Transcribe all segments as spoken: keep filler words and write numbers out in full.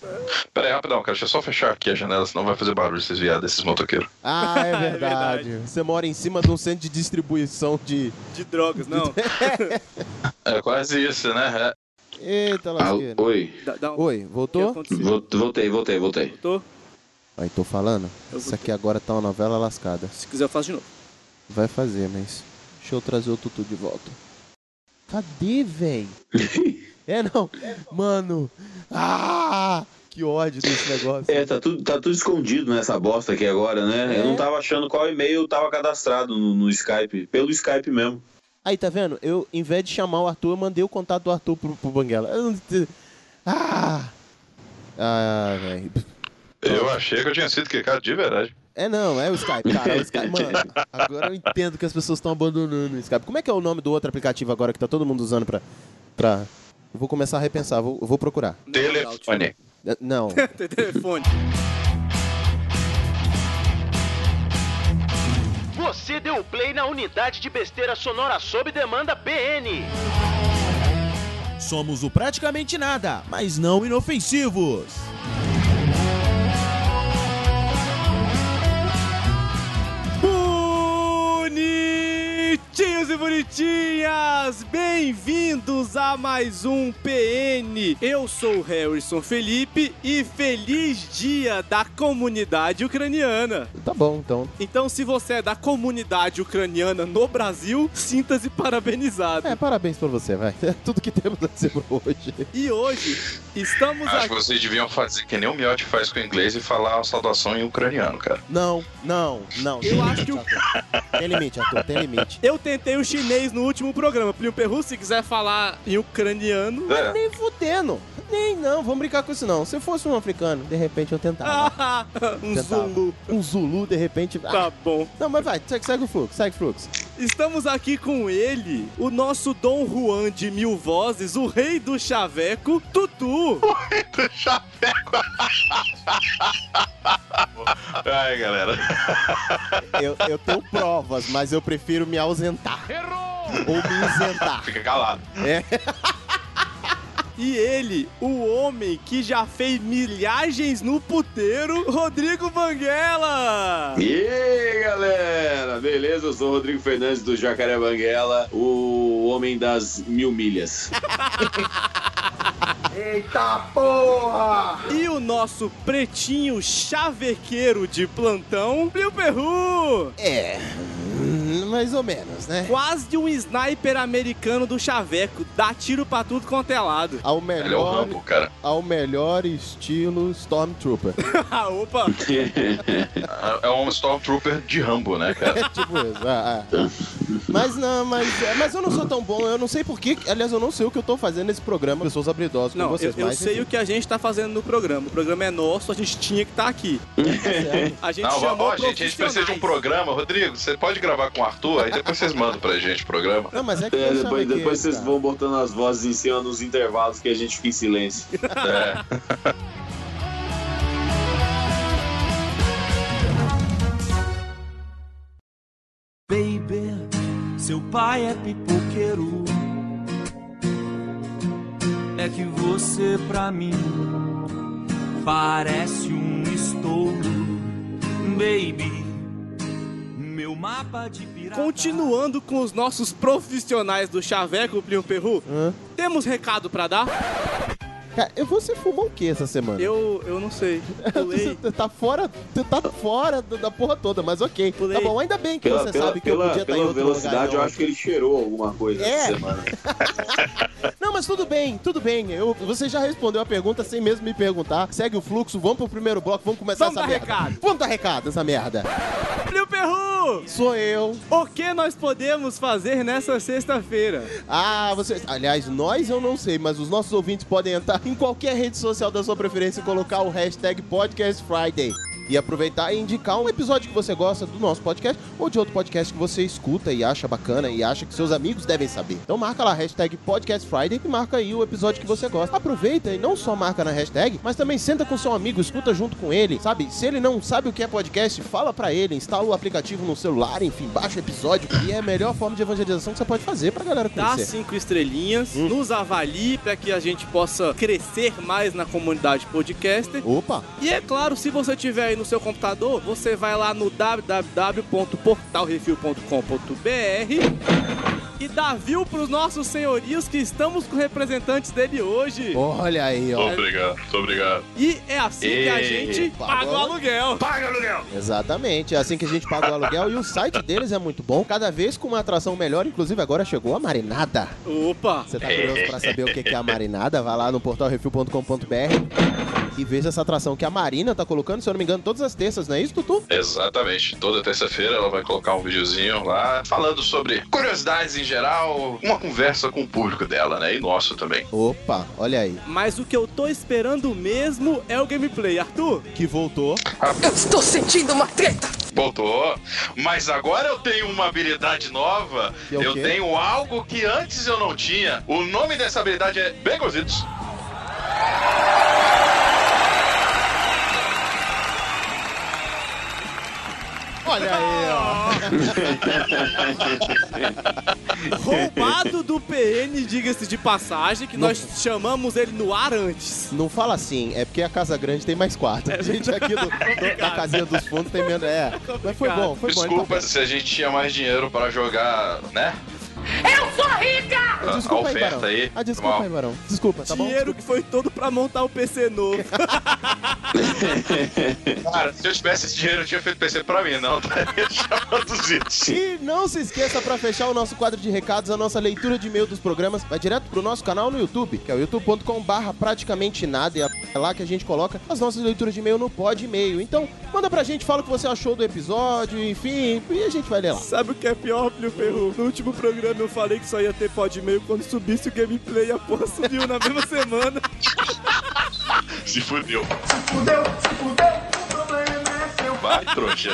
Pera aí, rapidão, cara. Deixa eu só fechar aqui a janela, senão vai fazer barulho esses viados, esses motoqueiros. Ah, é verdade. é verdade. Você mora em cima de um centro de distribuição de... De drogas, não. É quase isso, né? É. Eita, lasqueira. Ah, oi. Dá, dá um... Oi, voltou? Voltei, voltei, voltei. Voltou? Aí, tô falando. Eu Isso aqui agora tá uma novela lascada. Se quiser eu faço de novo. Vai fazer, mas... Deixa eu trazer o Tutu de volta. Cadê, véi? É, não. Mano. Ah! Que ódio desse negócio. É, tá tudo, tá tudo escondido nessa bosta aqui agora, né? É. Eu não tava achando qual e-mail tava cadastrado no, no Skype. Pelo Skype mesmo. Aí, tá vendo? Eu, em vez de chamar o Arthur, eu mandei o contato do Arthur pro, pro Banguela. Eu não... Ah! Ah, velho. Eu achei que eu tinha sido quicado de verdade. É não, é o Skype, cara, é o Skype. Mano, agora eu entendo que as pessoas estão abandonando o Skype. Como é que é o nome do outro aplicativo agora que tá todo mundo usando pra... pra... Eu vou começar a repensar, vou, eu vou procurar. Telefone. Não. Telefone. Você deu play na unidade de besteira sonora sob demanda B N. Somos o praticamente nada, mas não inofensivos. Bonitinhos e bonitinhas, bem-vindos a mais um P N. Eu sou o Harrison Felipe e feliz dia da comunidade ucraniana. Tá bom, então. Então, se você é da comunidade ucraniana no Brasil, sinta-se parabenizado. É, parabéns pra você, vai. É tudo que temos a dizer por hoje. E hoje, estamos Acho aqui... que vocês deviam fazer que nem o Miotti faz com o inglês e falar a saudação em ucraniano, cara. Não, não, não. Eu acho que o... Tem limite, Arthur, tem limite. Eu tentei o chinês no último programa. Plínio Perru, se quiser falar em ucraniano... É. Nem fudendo. Nem, não, vamos brincar com isso não. Se fosse um africano, de repente eu tentava. um Tentava. Zulu. Um Zulu, de repente... Tá Ah. bom. Não, mas vai, segue, segue o fluxo, segue o fluxo. Estamos aqui com ele, o nosso Dom Juan de mil vozes, o rei do chaveco, Tutu. O rei do chaveco. Ai, galera. Eu, eu tenho provas, mas eu prefiro me ausentar. Errou! Ou me isentar. Fica calado. É. E ele, o homem que já fez milhagens no puteiro, Rodrigo Banguela. E aí, galera? Beleza? Eu sou o Rodrigo Fernandes do Jacaré Banguela, o homem das mil milhas. Eita porra! E o nosso pretinho chavequeiro de plantão, Plínio Perru. É, mais ou menos, né? Quase um sniper americano do chaveco, dá tiro pra tudo quanto é lado. Ao Ele é o melhor, Rambo, cara. ao melhor estilo Stormtrooper. Ah, opa! É um Stormtrooper de Rambo, né, cara? É tipo isso. Ah, ah. Mas não, mas, mas eu não sou tão bom, eu não sei porquê. Aliás, eu não sei o que eu tô fazendo nesse programa. Pessoas habilidosas com Não, vocês. eu, eu mas, sei enfim. o que a gente tá fazendo no programa. O programa é nosso, a gente tinha que estar aqui. A gente Não, chamou ó, gente, a gente precisa de um profissionais. programa. Rodrigo, você pode gravar com o Arthur, aí depois vocês mandam pra gente o programa. Não, mas é que É, eu depois achava depois que, vocês cara. vão botando as vozes em cima nos intervalos que a gente fica em silêncio. É. Baby, seu pai é pipoqueiro. É que você pra mim parece um estouro. Baby, meu mapa de pirata. Continuando com os nossos profissionais do chaveco, Plínio Perru, Hã? temos recado pra dar? Cara, você fumou o que essa semana? Eu, eu não sei. Pulei. Você tá fora, você tá fora da da porra toda, mas ok. Pulei. Tá bom, ainda bem que Pela, você pela, sabe que eu pela, podia estar em pela outro velocidade, lugar. eu acho que ele cheirou alguma coisa É. essa semana. Não, mas tudo bem, tudo bem. Eu, você já respondeu a pergunta sem mesmo me perguntar. Segue o fluxo, vamos pro primeiro bloco, vamos começar Vamos essa dar merda. recado. Vamos dar recado, essa merda. Plínio Perru! Sou eu. O que nós podemos fazer nessa sexta-feira? Ah, você... Aliás, nós eu não sei, mas os nossos ouvintes podem entrar em qualquer rede social da sua preferência e colocar o hashtag Podcast Friday. e aproveitar e indicar um episódio que você gosta do nosso podcast ou de outro podcast que você escuta e acha bacana e acha que seus amigos devem saber. Então marca lá a hashtag Podcast Friday e marca aí o episódio que você gosta. Aproveita e não só marca na hashtag, mas também senta com seu amigo, escuta junto com ele, sabe? Se ele não sabe o que é podcast, fala pra ele, instala o aplicativo no celular, enfim, baixa o episódio e é a melhor forma de evangelização que você pode fazer pra galera conhecer. Dá cinco estrelinhas, hum. nos avalie pra que a gente possa crescer mais na comunidade podcaster. Opa! E é claro, se você tiver aí no seu computador, você vai lá no w w w ponto portal refil ponto com ponto b r e dá view pros nossos senhorios que estamos com representantes dele hoje. Olha aí, ó. Muito obrigado, muito obrigado. E é assim Ei, que a gente paga o aluguel. Paga o aluguel! Exatamente, é assim que a gente paga o aluguel e o site deles é muito bom, cada vez com uma atração melhor, inclusive agora chegou a marinada. Opa! Você tá curioso pra saber o que é a marinada? Vai lá no portal refil ponto com ponto b r e veja essa atração que a Marina tá colocando, se eu não me engano, todas as terças, não é isso, Tutu? Exatamente. Toda terça-feira ela vai colocar um videozinho lá falando sobre curiosidades em geral, uma conversa com o público dela, né? E nosso também. Opa, olha aí. Mas o que eu tô esperando mesmo é o gameplay, Arthur. Que voltou. Eu estou sentindo uma treta! Voltou. Mas agora eu tenho uma habilidade nova. Que é o eu quê? tenho algo que antes eu não tinha. O nome dessa habilidade é Baconzitos. Olha aí, ó. Roubado do P N, diga-se de passagem, que Não. nós chamamos ele no ar antes. Não fala assim, é porque a Casa Grande tem mais quarto. A gente aqui do, do, da casinha dos fundos tem menos. É, mas foi bom, foi bom. Desculpa se a gente tinha mais dinheiro para jogar, né? Eu sou rica! Desculpa a aí, oferta Barão. aí. Ah, desculpa Mal. aí, Barão. Desculpa, tá bom? Dinheiro que foi todo pra montar o P C novo. Cara, se eu tivesse esse dinheiro, eu tinha feito P C pra mim, não. Estaria chamando os itens. E não se esqueça, pra fechar o nosso quadro de recados, a nossa leitura de e-mail dos programas vai direto pro nosso canal no YouTube, que é o youtube ponto com barra praticamente nada, e é lá que a gente coloca as nossas leituras de e-mail no pod e-mail. Então, manda pra gente, fala o que você achou do episódio, enfim, e a gente vai ler lá. Sabe o que é pior, Plio Perru? No último programa eu falei que só ia ter pod e-mail quando subisse o gameplay, a porra subiu na mesma semana. Se fudeu. Se fudeu, se fudeu, o problema é seu. Vai, trouxa.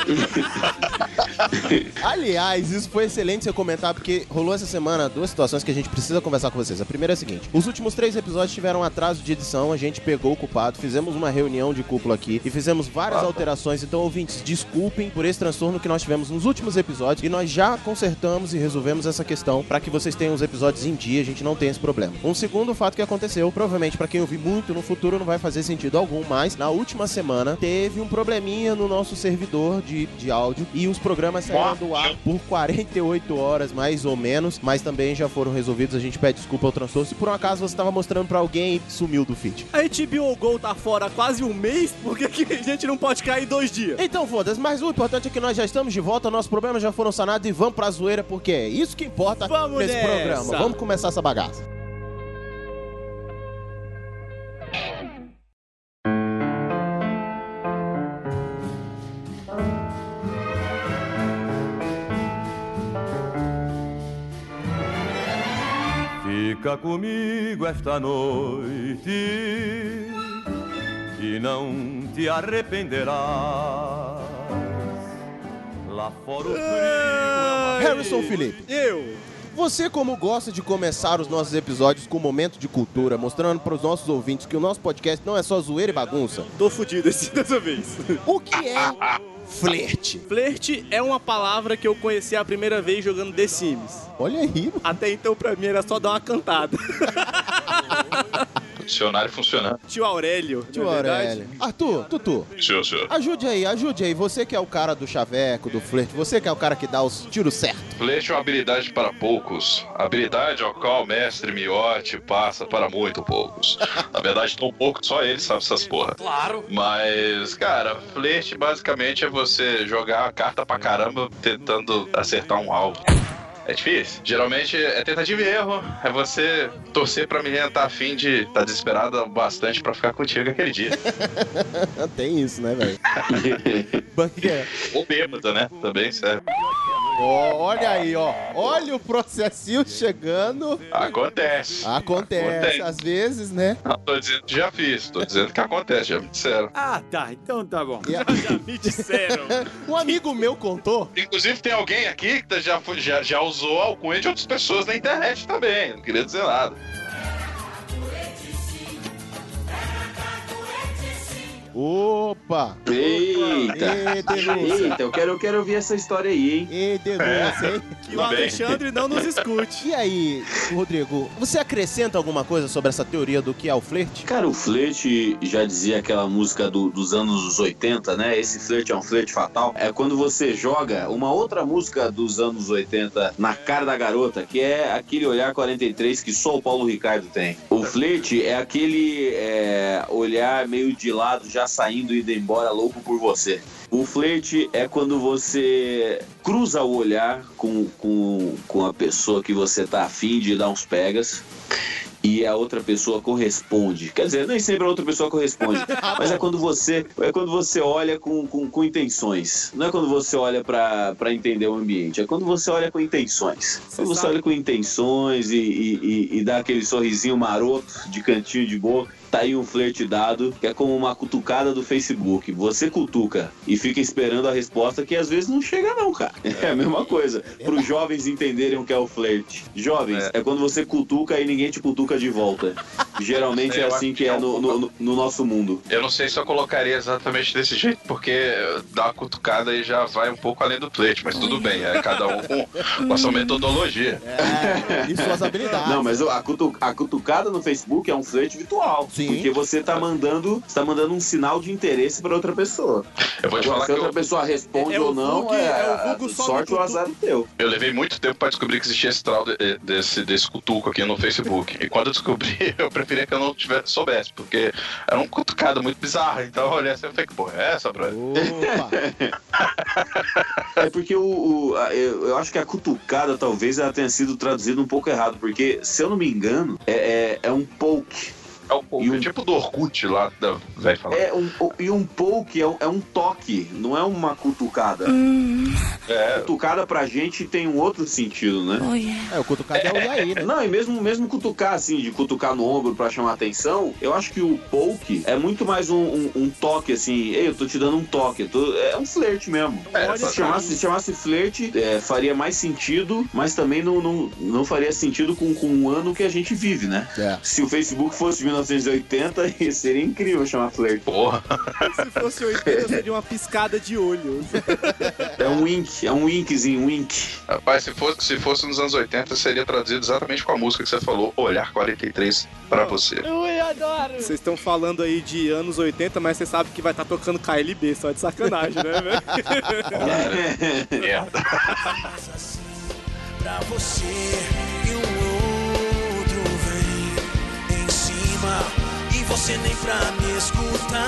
Aliás, isso foi excelente você comentar, porque rolou essa semana duas situações que a gente precisa conversar com vocês. A primeira é a seguinte: os últimos três episódios tiveram atraso de edição, a gente pegou o culpado, fizemos uma reunião de cúpula aqui e fizemos várias Ah, alterações. Então, ouvintes, desculpem por esse transtorno que nós tivemos nos últimos episódios e nós já consertamos e resolvemos essa questão para que vocês tenham os episódios em dia, a gente não tenha esse problema. Um segundo fato que aconteceu, provavelmente para quem ouvir muito no futuro não vai fazer sentido algum, mas na última semana teve um probleminha no nosso servidor de, de áudio e os programas saíram do ar por quarenta e oito horas, mais ou menos, mas também já foram resolvidos. A gente pede desculpa ao transtorno. Se por um acaso você estava mostrando pra alguém e sumiu do feed. A H B O Go tá fora há quase um mês, por que que a gente não pode cair em dois dias? Então foda-se, mas o importante é que nós já estamos de volta, nossos problemas já foram sanados e vamos pra zoeira, porque é isso que importa Vamos nesse nessa. programa. Vamos começar essa bagaça. Fica comigo esta noite e não te arrependerás. Lá fora o frio é uma... Harrison Felipe, Eu. você como gosta de começar os nossos episódios com um momento de cultura, mostrando pros nossos ouvintes que o nosso podcast não é só zoeira e bagunça, Tô fudido esse, dessa vez. o que é flerte? Flerte é uma palavra que eu conheci a primeira vez jogando The Sims. Olha aí, Até então, pra mim, era só dar uma cantada. Dicionário funcionando. Tio Aurélio, tio na verdade. Aurélio. Arthur, Tutu, Senhor, senhor. ajude aí, ajude aí. Você que é o cara do chaveco, do flerte, você que é o cara que dá os tiros certos. Flerte é uma habilidade para poucos. Habilidade ao qual o mestre Miotti passa para muito poucos. Na verdade, tão pouco, só ele sabe essas porra. Claro. Mas, cara, flerte basicamente é você jogar a carta pra caramba tentando acertar um alvo. É difícil. Geralmente é tentativa e erro. É você torcer pra menina tá afim de estar tá desesperada bastante pra ficar contigo aquele dia. Tem isso, né, velho? Banqueira. Ou bêbada, né? Também serve. Olha aí, ó. Olha o processinho chegando. Acontece. Acontece, Acontece. às vezes, né? Não tô dizendo que já fiz, tô dizendo que acontece, já me disseram. Ah, tá. Então tá bom. E a- Já me disseram. Um amigo meu contou. Inclusive, tem alguém aqui que já, foi- já, já usou a alcunha de outras pessoas na internet também. Não queria dizer nada. Opa! Eita! Ê, denúncia. Eita, eu quero, eu quero ouvir essa história aí, hein? Ê, denúncia, hein? Que o Alexandre não nos escute. E aí, Rodrigo, você acrescenta alguma coisa sobre essa teoria do que é o flerte? Cara, o flerte, já dizia aquela música do- dos anos oitenta, né? Esse flerte é um flerte fatal. É quando você joga uma outra música dos anos oitenta na cara da garota, que é aquele olhar quarenta e três que só o Paulo Ricardo tem. O flerte é aquele é, olhar meio de lado, já saindo e indo embora louco por você. O flerte é quando você cruza o olhar com, com, com a pessoa que você tá afim de dar uns pegas e a outra pessoa corresponde. Quer dizer, nem sempre a outra pessoa corresponde, mas é quando você, é quando você olha com, com, com intenções. Não é quando você olha pra, pra entender o ambiente, é quando você olha com intenções. Quando você olha com intenções e, e, e, e dá aquele sorrisinho maroto de cantinho de boca. Tá aí um flerte dado, que é como uma cutucada do Facebook. Você cutuca e fica esperando a resposta que às vezes não chega não, cara. É a mesma coisa. Para os jovens entenderem o que é o flerte. Jovens, é. é quando você cutuca e ninguém te cutuca de volta. Geralmente é assim que é no, no, no nosso mundo. Eu não sei se eu colocaria exatamente desse jeito, porque dar uma cutucada e já vai um pouco além do flerte, mas tudo bem, é cada um com a sua metodologia. É, e suas habilidades. Não, mas a, cutu, a cutucada no Facebook é um flerte virtual. Sim. Porque você tá mandando, você tá mandando um sinal de interesse para outra pessoa. Eu vou te Agora, falar se que outra eu, pessoa responde É- é o ou não, vulgo- é, é o a vulgo só sorte no ou azar teu. eu levei muito tempo pra descobrir que existia esse tal de- desse, desse cutuco aqui no Facebook. E quando eu descobri, eu preferia que eu não tivesse, soubesse, porque era um cutucado muito bizarro. Então eu olhei assim e falei, que porra é essa, brother? Opa! É porque o, o- a- eu, eu acho que a cutucada talvez ela tenha sido traduzida um pouco errado, porque, se eu não me engano, é, é, é um poke. É o povo, E um- é tipo do Orkut lá, da velho falando. É um, e um poke é um, é um toque, não é uma cutucada. É, Cutucada pra gente tem um outro sentido, né? É, o cutucado é o e aí, né? Não, e mesmo, mesmo cutucar, assim, de cutucar no ombro pra chamar atenção, eu acho que o poke é muito mais um, um, um toque, assim, ei, eu tô te dando um toque, eu tô- é um flerte mesmo. É, se, chamasse, se chamasse flerte, é, faria mais sentido, mas também não, não, não faria sentido com, com o ano que a gente vive, né? É. Se o Facebook fosse de mil novecentos e oitenta, seria incrível chamar flerte. porra. Se fosse oitenta, seria uma piscada de olho. É um wink, é um winkzinho, um wink. Rapaz, se fosse, se fosse nos anos oitenta, seria traduzido exatamente com a música que você falou, Olhar quarenta e três pra você. Ui, adoro! Vocês estão falando aí de anos oitenta, mas você sabe que vai estar tocando K L B, só de sacanagem, né, velho? Merda. Assim pra você e o outro vem em cima e você nem pra me escutar.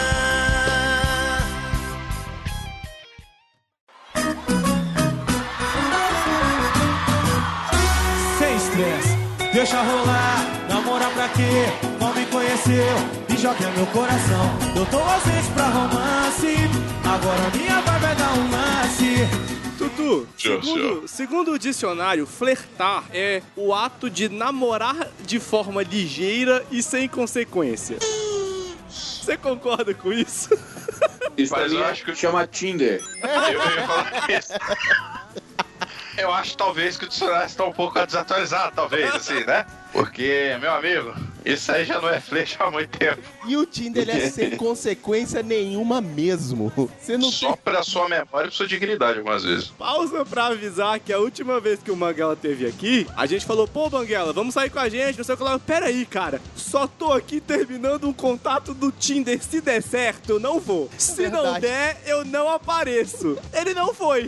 Sem estresse, deixa rolar. Namorar pra quê? Não me conheceu e joga meu coração. Eu tô ausente pra romance, agora minha vai vai dar um lance. Tutu, Senhor, segundo, segundo o dicionário, flertar é o ato de namorar de forma ligeira e sem consequência. Você concorda com isso? Isso pra Mas mim eu é- acho que- chama Tinder. Eu, eu ia falar isso. Eu acho talvez que o dicionário está um pouco desatualizado, talvez, assim, né? Porque, meu amigo, isso aí já não é flerte há muito tempo. E o Tinder ele é sem consequência nenhuma mesmo. Você não Só pra sua memória e pra sua dignidade, algumas vezes. Pausa pra avisar que a última vez que o Banguela teve aqui, a gente falou, pô, Banguela, vamos sair com a gente, não sei o que lá. Pera aí, cara, só tô aqui terminando um contato do Tinder. Se der certo, eu não vou. Se não verdade. der, eu não apareço. Ele não foi.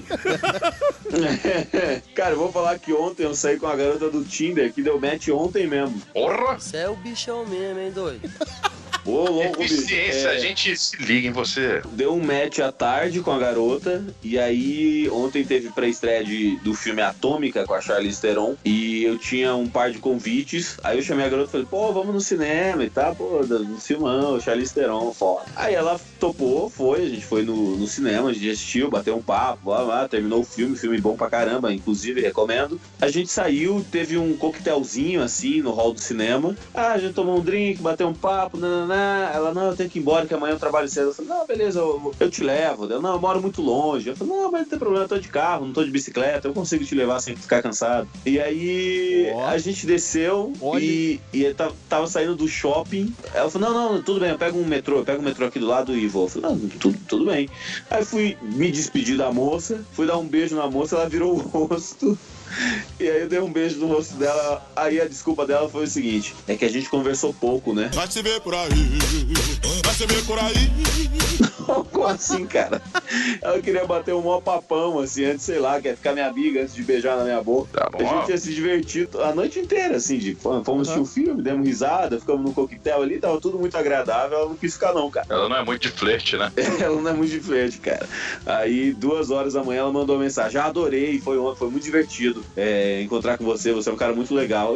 Cara, eu vou falar que ontem eu saí com a garota do Tinder que deu match ontem mesmo. Porra! Você é o bichão mesmo, hein, doido? Ô, louco, bicho. Eficiência, É, a gente se liga em você. Deu um match à tarde com a garota, e aí ontem teve pré-estreia de- do filme Atômica com a Charlize Theron, e eu tinha um par de convites, aí eu chamei a garota e falei, pô, vamos no cinema e tal, pô, no filmão, Charlize Theron, foda. Aí ela topou, foi, a gente foi no, no cinema, a gente assistiu, bateu um papo, blá, blá, terminou o filme, filme bom pra caramba, inclusive recomendo. A gente saiu, teve um coquetelzinho assim no hall do cinema, ah, a gente tomou um drink, bateu um papo, nananã. Ela, não, eu tenho que ir embora, que amanhã eu trabalho cedo. Eu falei, não, beleza, eu, eu te levo. Ela, não, eu moro muito longe. Eu falei, não, mas não tem problema, eu tô de carro, não tô de bicicleta, eu consigo te levar sem ficar cansado. E aí Ó. a gente desceu Olha. e, e eu tava, tava saindo do shopping. Ela falou, não, não, tudo bem, eu pego um metrô, eu pego um metrô aqui do lado e vou. Eu falei, não, tudo, tudo bem. Aí fui me despedir da moça, fui dar um beijo na moça, ela virou o rosto. E aí eu dei um beijo no rosto dela. Aí a desculpa dela foi o seguinte: é que a gente conversou pouco, né? Vai se ver por aí, vai se ver por aí. Como assim, cara? Ela queria bater um maior papão, assim, antes, sei lá, quer ficar minha amiga antes de beijar na minha boca. Tá bom. A gente ia se divertir a noite inteira, assim, de fomos Uhum. assistir um filme, demos risada, ficamos num coquetel ali, tava tudo muito agradável, ela não quis ficar não, cara. Ela não é muito de flerte, né? Ela não é muito de frente, cara. Aí, duas horas da manhã, ela mandou uma mensagem: já adorei, foi, foi muito divertido é, encontrar com você, você é um cara muito legal.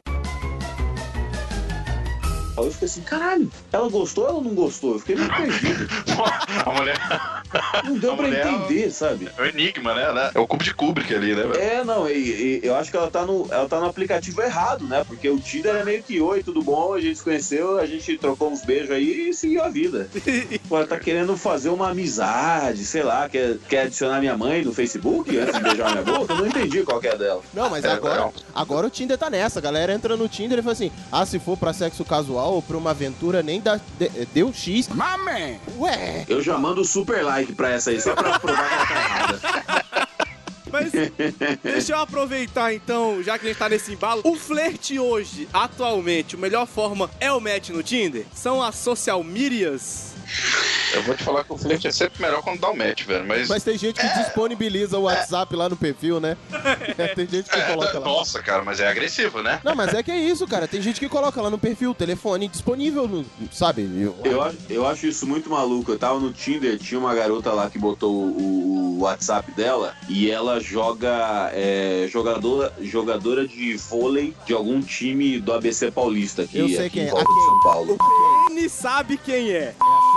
Aí eu fiquei assim, caralho, ela gostou ou ela não gostou? Eu fiquei meio perdido. A mulher. Não deu A pra mulher- entender, sabe? É o enigma, né? É o cubo de Kubrick ali, né, velho? É, não, e, e eu acho que ela tá, no, ela tá no aplicativo errado, né? Porque o Tinder é meio que, oi, tudo bom, a gente se conheceu, a gente trocou uns beijos aí e seguiu a vida. Pô, ela tá querendo fazer uma amizade, sei lá, quer, quer adicionar minha mãe no Facebook antes de beijar minha boca? Eu não entendi qual que é dela. Não, mas É, agora, não. agora o Tinder tá nessa. A galera entra no Tinder e fala assim: ah, se for pra sexo casual ou pra uma aventura, nem dá, de- deu X. Mame! Ué, Eu já mando super like pra essa aí, só pra provar que ela tá errada. Mas deixa eu aproveitar então, já que a gente tá nesse embalo. O flerte hoje, atualmente, a melhor forma é o match no Tinder? São as social medias? Eu vou te falar que o flerte é sempre melhor quando dá o match, velho. Mas. mas tem gente que disponibiliza o WhatsApp lá no perfil, né? Tem gente que É, coloca lá. nossa, cara, mas é agressivo, né? Não, mas é que é isso, cara. Tem gente que coloca lá no perfil, telefone disponível, no, sabe? Eu- Eu acho, eu acho isso muito maluco. Eu tava no Tinder, tinha uma garota lá que botou o, o WhatsApp dela e ela joga é, jogadora, jogadora de vôlei de algum time do A B C Paulista aqui, Eu sei aqui quem em é. volta A de quem? São Paulo. O N sabe quem é.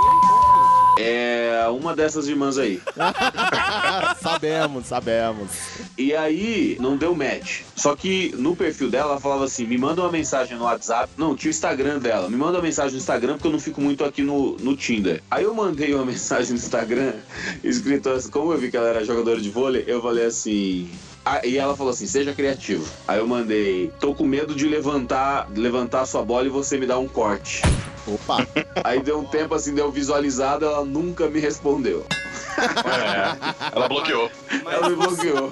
É uma dessas irmãs aí. sabemos, sabemos. E aí, não deu match. Só que no perfil dela, ela falava assim, me manda uma mensagem no WhatsApp. Não, tinha o Instagram dela. Me manda uma mensagem no Instagram, porque eu não fico muito aqui no, no Tinder. Aí eu mandei uma mensagem no Instagram, escrito assim, como eu vi que ela era jogadora de vôlei, eu falei assim... Ah, e ela falou assim, seja criativo. Aí eu mandei, tô com medo de levantar, levantar a sua bola e você me dar um corte. Opa. Aí deu um tempo assim, deu visualizado, ela nunca me respondeu. É, ela bloqueou. Ela me bloqueou.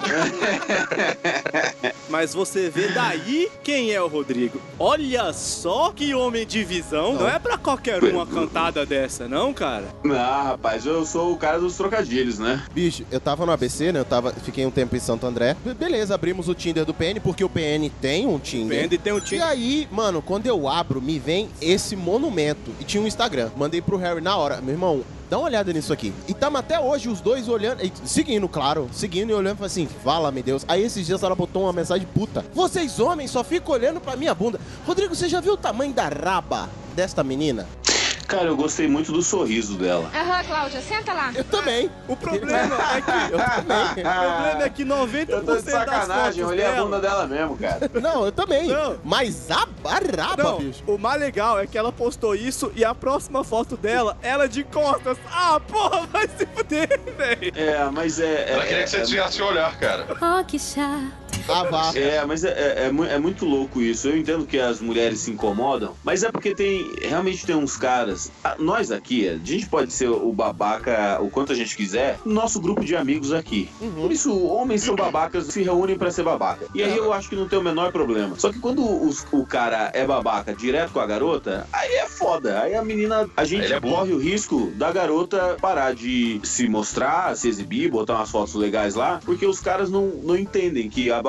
Mas você vê daí quem é o Rodrigo. Olha só que homem de visão. Não, não é pra qualquer uma cantada dessa, não, cara? Não, rapaz, eu sou o cara dos trocadilhos, né? Bicho, eu tava no A B C, né? Eu tava, fiquei um tempo em Santo André. Be- Beleza, abrimos o Tinder do P N, porque o P N tem um Tinder. P N tem um E Tinder. aí, mano, quando eu abro, me vem esse monumento. E tinha um Instagram. Mandei pro Harry na hora. Meu irmão, dá uma olhada nisso aqui. E tamo até hoje os dois olhando, e seguindo, claro, seguindo e olhando, falando assim, fala-me Deus. Aí esses dias ela botou uma mensagem puta. Vocês homens só ficam olhando pra minha bunda. Rodrigo, você já viu o tamanho da raba desta menina? Cara, eu gostei muito do sorriso dela. Aham, Cláudia, senta lá. Eu também. O problema é que... Eu também. O problema é que noventa Eu por tô cento de das sacanagem, eu fotos olhei a dela... bunda dela mesmo, cara. Não, eu também. Não. Mas a, a raba, Não, bicho. o mais legal é que ela postou isso e a próxima foto dela, ela de costas. Ah, porra, vai se fuder, velho. É, mas é... Ela é, queria que você é, desviasse o olhar, cara. Oh, que chato. Ah, vá. É, mas é, é, é mu- é muito louco isso. Eu entendo que as mulheres se incomodam, mas é porque tem realmente tem uns caras. Ah, nós aqui, a gente pode ser o babaca o quanto a gente quiser, no nosso grupo de amigos aqui. Uhum. Por isso, homens são babacas, se reúnem pra ser babaca. E aí eu acho que não tem o menor problema. Só que quando os- o cara é babaca direto com a garota, aí é foda. Aí a menina, a gente Ele é burro. corre o risco da garota parar de se mostrar, se exibir, botar umas fotos legais lá, porque os caras não, não entendem que a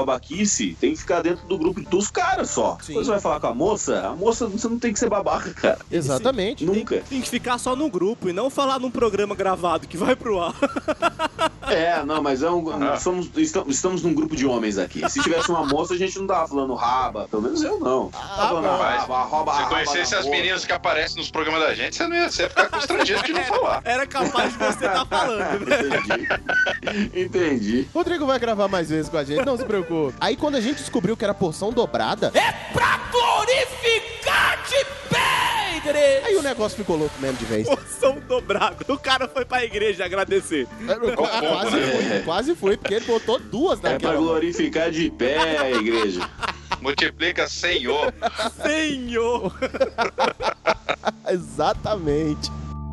babaquice tem que ficar dentro do grupo dos caras só. Sim. Depois você vai falar com a moça, a moça você não tem que ser babaca, cara. Exatamente. Nunca. Tem que ficar só no grupo e não falar num programa gravado que vai pro ar. É, não, mas é um, ah. somos, estamos, estamos num grupo de homens aqui. Se tivesse uma moça, a gente não tava falando raba. Pelo menos eu não. Ah, tava falando raba, rouba, se rouba, conhecesse as meninas que aparecem nos programas da gente, você não ia, você ia ficar constrangido de não falar. Era capaz de você estar tá falando, né? Entendi. Entendi. Rodrigo vai gravar mais vezes com a gente, não se preocupe. Aí quando a gente descobriu que era porção dobrada... É pra glorificar de pedre! Aí o negócio ficou louco mesmo de vez. Porção dobrada. O cara foi pra igreja agradecer. Eu, quase fui, quase fui, porque ele botou duas É daquela. pra glorificar de pé a igreja. Multiplica Senhor. Senhor. Exatamente.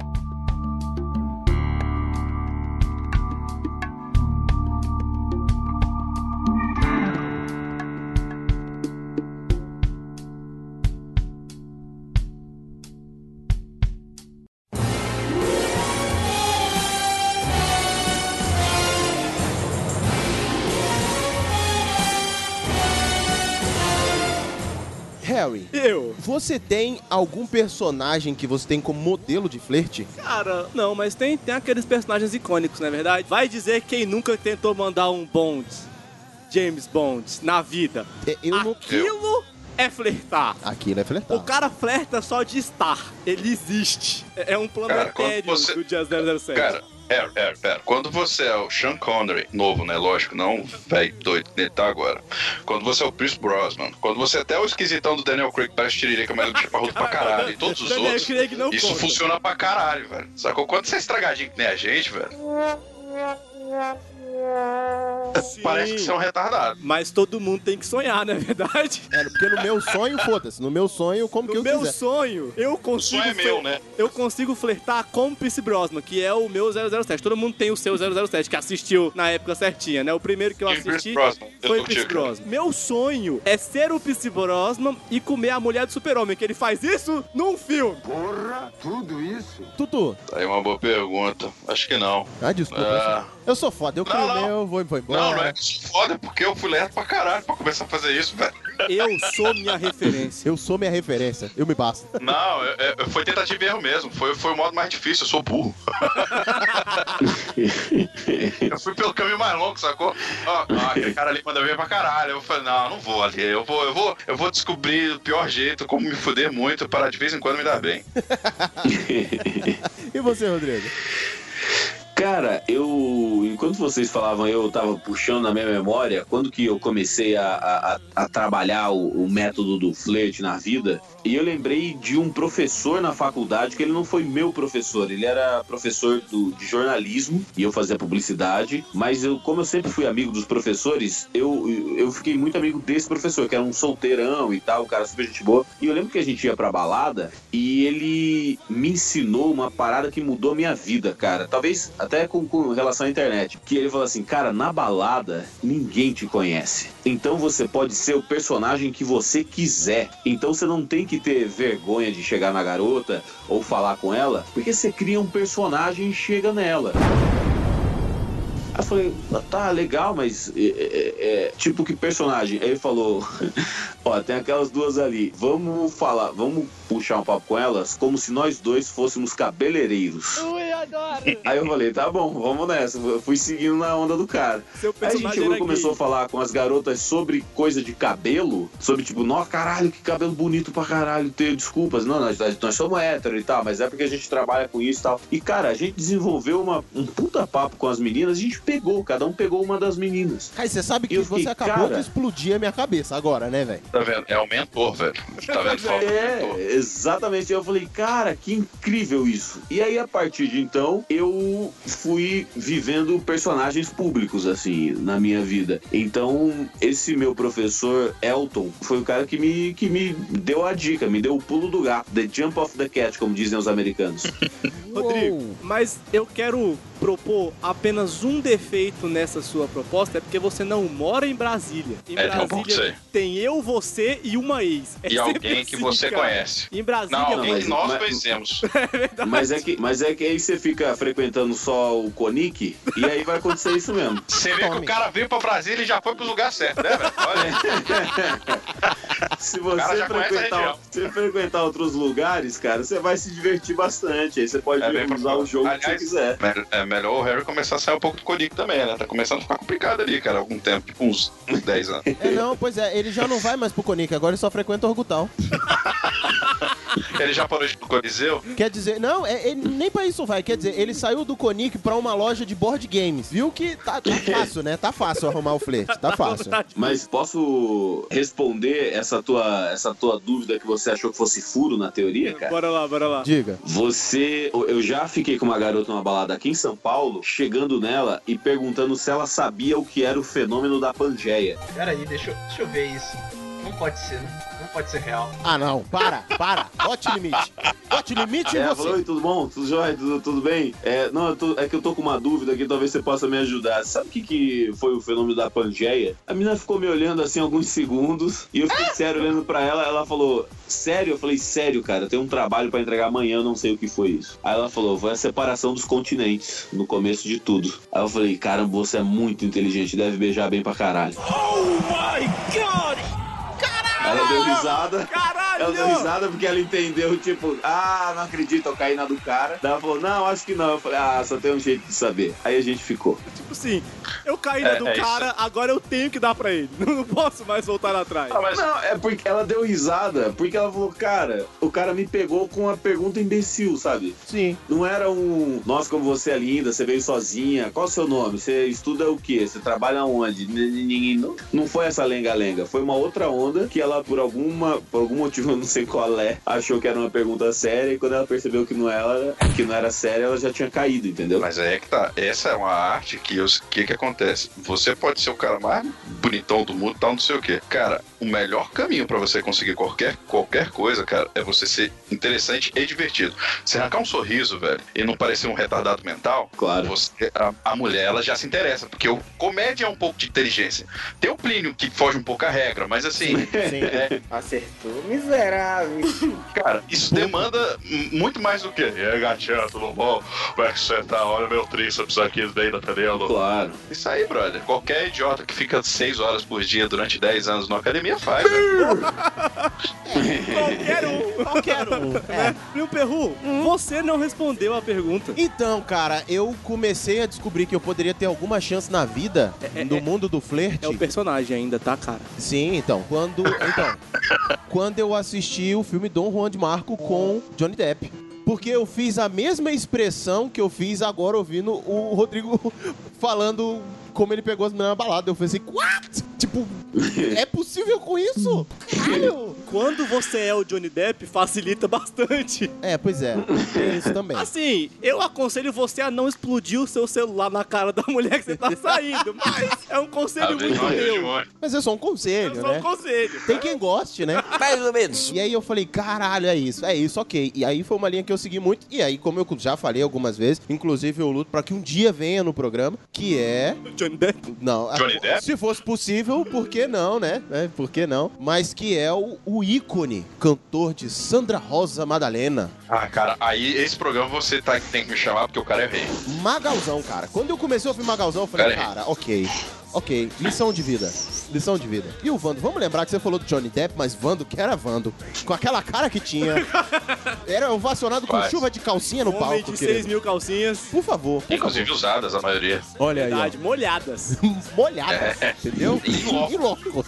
Harry, eu. Você tem algum personagem que você tem como modelo de flerte? Cara, não, mas tem, tem aqueles personagens icônicos, não é verdade? Vai dizer quem nunca tentou mandar um Bond, James Bond, na vida. Eu Aquilo não... é flertar. Aquilo é flertar. O cara flerta só de estar. Ele existe. É um planetário você... do dia zero zero sete. Cara, é, é, pera. Quando você é o Sean Connery, novo, né? Lógico, não velho doido que ele tá agora. Quando você é o Pierce Brosnan, quando você é até o esquisitão do Daniel Craig, parece tiririca, mas é bicho parrudo pra caralho, e todos os Daniel outros, Craig não isso conta. funciona pra caralho, velho. Sacou? Quando você é estragadinho que nem a gente, velho... Sim, parece que você é um retardado. Mas todo mundo tem que sonhar, não é verdade? É, porque no meu sonho, foda-se. No meu sonho, como no que eu meu quiser. sonho, eu consigo... O sonho é meu, né? Eu consigo flertar com o Pierce Brosnan, que é o meu zero zero sete. Todo mundo tem o seu zero zero sete, que assistiu na época certinha, né? O primeiro que eu assisti foi o Pierce Brosnan. Meu sonho é ser o Pierce Brosnan e comer a mulher do Super-Homem, que ele faz isso num filme. Porra, tudo isso? Tutu. Aí uma boa pergunta. Acho que não. Ah, desculpa. Ah. Eu sou foda. Eu crio o meu, vou, vou embora. Não, não é que sou foda, porque eu fui lerdo pra caralho pra começar a fazer isso, velho. Eu sou minha referência. Eu sou minha referência. Eu me basto. Não, eu, eu, foi tentativa e erro mesmo. Foi, foi o modo mais difícil. Eu sou burro. Eu fui pelo caminho mais longo, sacou? Ó, ó, aquele cara ali manda ver pra caralho. Eu falei, não, não vou ali. Eu vou, eu vou, eu vou descobrir o pior jeito, como me fuder muito, para de vez em quando me dar bem. E você, Rodrigo? Cara, eu... Enquanto vocês falavam, eu tava puxando na minha memória, quando que eu comecei a, a, a trabalhar o, o método do flerte na vida, e eu lembrei de um professor na faculdade, que ele não foi meu professor, ele era professor do, de jornalismo, e eu fazia publicidade, mas eu, como eu sempre fui amigo dos professores, eu, eu fiquei muito amigo desse professor, que era um solteirão e tal, um cara super gente boa, e eu lembro que a gente ia pra balada, e ele me ensinou uma parada que mudou minha vida, cara, talvez até com, com relação à internet, que ele falou assim, cara, na balada ninguém te conhece, então você pode ser o personagem que você quiser, então você não tem que ter vergonha de chegar na garota ou falar com ela, porque você cria um personagem e chega nela. Aí eu falei, tá, legal, mas é, é, é, tipo que personagem? Aí ele falou, ó, tem aquelas duas ali, vamos falar, vamos puxar um papo com elas como se nós dois fôssemos cabeleireiros. Ui, adoro! Aí eu falei, tá bom, vamos nessa. Eu fui seguindo na onda do cara. Seu Aí a gente chegou e começou gay. a falar com as garotas sobre coisa de cabelo, sobre tipo, nossa, caralho, que cabelo bonito pra caralho ter, desculpas, não, nós, nós somos hétero e tal, mas é porque a gente trabalha com isso e tal. E cara, a gente desenvolveu uma, um puta papo com as meninas, a gente pegou, cada um pegou uma das meninas. Cara, você sabe que eu você fiquei, acabou cara... de explodir a minha cabeça agora, né, velho? Tá vendo? É o mentor, velho. Tá vendo? Falta É, mentor. exatamente. Eu falei, cara, que incrível isso. E aí, a partir de então, eu fui vivendo personagens públicos, assim, na minha vida. Então, esse meu professor, Elton, foi o cara que me, que me deu a dica, me deu o pulo do gato, the jump of the cat, como dizem os americanos. Rodrigo, mas eu quero propor apenas um defeito nessa sua proposta, é porque você não mora em Brasília. Em É, tem um pouco Brasília disso aí. tem eu, você e uma ex. É E sempre alguém que assim, você cara. conhece. Em Brasília... Não, alguém mas- que nós mas- conhecemos. É verdade. Mas é que, mas é que aí você fica frequentando só o Conic, e aí vai acontecer isso mesmo. Você vê que o cara veio pra Brasília e já foi pro lugar certo, né, velho? Olha. Se você frequentar, se frequentar outros lugares, cara, você vai se divertir bastante. Aí você pode é usar o jogo Aliás, que você quiser. É melhor o Harry começar a sair um pouco do Conic também, né? Tá começando a ficar complicado ali, cara, há algum tempo, tipo uns, uns dez anos. É, não, pois é, ele já não vai mais pro Conic, agora ele só frequenta o Orgutal. Ele já parou de ir pro Coliseu? Quer dizer, não, é, ele nem pra isso vai. Quer dizer, ele saiu do Conic pra uma loja de board games. Viu que tá, tá fácil, né? Tá fácil arrumar o flerte, tá fácil. Mas posso responder essa tua, essa tua dúvida que você achou que fosse furo na teoria, cara? Bora lá, bora lá. Diga. Você... Eu já fiquei com uma garota numa balada aqui em São Paulo, chegando nela e perguntando se ela sabia o que era o fenômeno da Pangeia. Peraí, deixa eu, deixa eu ver isso. Não pode ser, né? Não pode ser real. Ah, não. Para, para. Bote limite. Bote limite em é, você. Falou, oi, tudo bom? Tudo jóia? Tudo, tudo bem? É, não, eu tô, é que eu tô com uma dúvida aqui, talvez você possa me ajudar. Sabe o que, que foi o fenômeno da Pangeia? A menina ficou me olhando assim alguns segundos e eu fiquei sério olhando pra ela. Ela falou, sério? Eu falei, sério, cara, eu tenho um trabalho pra entregar amanhã, eu não sei o que foi isso. Aí ela falou, foi a separação dos continentes, no começo de tudo. Aí eu falei, caramba, você é muito inteligente, deve beijar bem pra caralho. Oh my God! Ela deu risada. Caralho! Ela deu risada porque ela entendeu, tipo, ah, não acredito, eu caí na do cara. Daí ela falou, não, acho que não. Eu falei, ah, só tem um jeito de saber. Aí a gente ficou. Tipo assim, eu caí na É, do é cara, isso. agora eu tenho que dar pra ele. Não posso mais voltar atrás. Ah, mas Não, é porque ela deu risada, porque ela falou, cara, o cara me pegou com uma pergunta imbecil, sabe? Sim. Não era um, nossa, como você é linda, você veio sozinha, qual é o seu nome? Você estuda o quê? Você trabalha onde? Não, não foi essa lenga-lenga, foi uma outra onda que ela, por alguma, por algum motivo, eu não sei qual é, achou que era uma pergunta séria e quando ela percebeu que não era, que não era séria, ela já tinha caído, entendeu? Mas aí é que tá. Essa é uma arte que o que, que acontece? Você pode ser o cara mais bonitão do mundo, tal, não sei o quê. Cara, o melhor caminho pra você conseguir qualquer, qualquer coisa, cara, é você ser interessante e divertido. Você arrancar um sorriso, velho, e não parecer um retardado mental, claro. Você, a, a mulher, ela já se interessa, porque o comédia é um pouco de inteligência. Tem o Plínio que foge um pouco a regra, mas assim... Sim. É, Acertou, miserável. cara, isso demanda muito mais do que. E aí, gatinha, tudo bom? Como é que você tá? Olha meu tríceps aqui bem da cabelo. Claro. Isso aí, brother. Qualquer idiota que fica seis horas por dia durante dez anos na academia faz, velho. Qualquer um. Qualquer um. É. Primo Perru, você não respondeu a pergunta. Então, cara, eu comecei a descobrir que eu poderia ter alguma chance na vida É, é, no é. mundo do flerte. É o personagem ainda, tá, cara? Sim, então, quando, então, quando eu assisti o filme Dom Juan de Marco com Johnny Depp. Porque eu fiz a mesma expressão que eu fiz agora ouvindo o Rodrigo falando como ele pegou as meninas na balada. Eu falei assim, what? Tipo, é possível com isso? Caralho! Quando você é o Johnny Depp, facilita bastante. É, pois é. Tem isso também. Assim, eu aconselho você a não explodir o seu celular na cara da mulher que você tá saindo, mas é um conselho Tá muito vendo? meu. Mas é só um conselho, É só né? um conselho. Tem quem goste, né? Mais ou menos. E aí eu falei, caralho, é isso, é isso, ok. E aí foi uma linha que eu segui muito. E aí, como eu já falei algumas vezes, inclusive eu luto pra que um dia venha no programa, que é... Johnny Depp? Não, Johnny Depp? se fosse possível, por que não, né? É, por que não? Mas que é o, o ícone cantor de Sandra Rosa Madalena. Ah, cara, aí esse programa você tá, tem que me chamar porque o cara é rei. Magalzão, cara. Quando eu comecei a ouvir Magalzão, eu falei, Cara, cara, ok. Ok, lição de vida. Lição de vida. E o Vando? Vamos lembrar que você falou do Johnny Depp, mas Vando, que era Vando. Com aquela cara que tinha. Era ovacionado com Faz. chuva de calcinha no Homem palco, de querido. seis mil calcinhas. Por favor, por Inclusive favor. usadas, a maioria. Olha aí, Verdade, molhadas. ó. Molhadas, É. entendeu? Em loco. Em loco.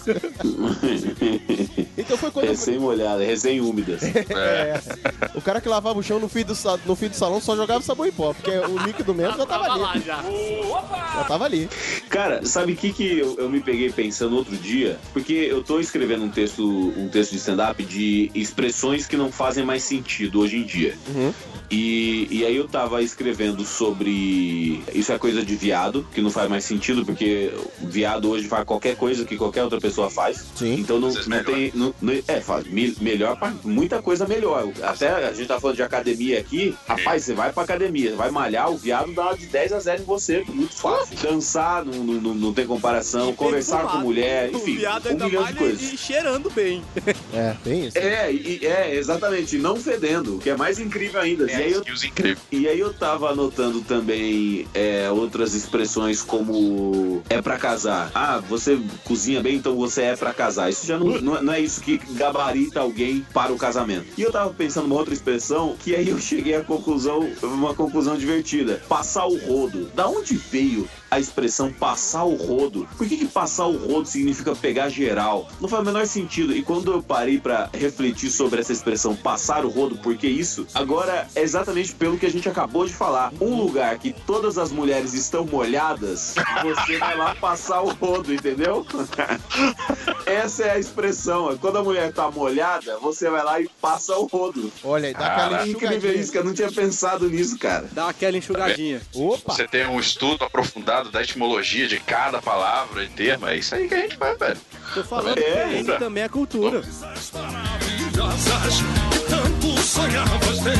Então foi quando eu... Recém-molhada, recém-úmidas. É. O cara que lavava o chão no fim do, sa- no fim do salão só jogava sabão em pó, porque o líquido mesmo já tava Tava lá ali. já. Já tava ali. Cara, sabe o que, que eu, eu me peguei pensando outro dia? Porque eu tô escrevendo um texto, um texto de stand-up de expressões que não fazem mais sentido hoje em dia. Uhum. E, e aí eu tava escrevendo sobre... Isso é coisa de viado, que não faz mais sentido, porque o viado hoje faz qualquer coisa que qualquer outra pessoa faz. Sim. Então não, Às vezes não melhor. tem... Não, não- é, faz me- melhor pra muita coisa melhor. Até a gente tá falando de academia aqui. Rapaz, você vai pra academia, vai malhar, o viado dá de dez a zero em você, muito fácil. Dançar, não, não, não, não tem comparação, conversar com mulher, enfim, um milhão de coisas. E cheirando bem. É, tem isso. É, e, é, exatamente, não fedendo, o que é mais incrível ainda. É, e, aí eu, e aí eu tava anotando também é, outras expressões como é pra casar. Ah, você cozinha bem, então você é pra casar. Isso já não, não, não é isso que gabarita alguém para o casamento. E eu tava pensando numa outra expressão, que aí eu cheguei à conclusão, uma conclusão divertida. Passar o rodo. Da onde veio a expressão passar o rodo? Por que que passar o rodo significa pegar geral? Não faz o menor sentido. E quando eu parei pra refletir sobre essa expressão passar o rodo, porque isso agora é exatamente pelo que a gente acabou de falar. Um lugar que todas as mulheres estão molhadas, você vai lá passar o rodo, entendeu? Essa é a expressão. Quando a mulher tá molhada, você vai lá e passa o rodo. Olha, e dá aquela enxugadinha. Incrível isso, que eu não tinha pensado nisso, cara. Dá aquela enxugadinha. Opa! Você tem um estudo aprofundado da etimologia de cada palavra e termo. É isso aí que a gente faz, velho. Tô falando É, que também é cultura. Maravilhosas que tanto sonhavas ter.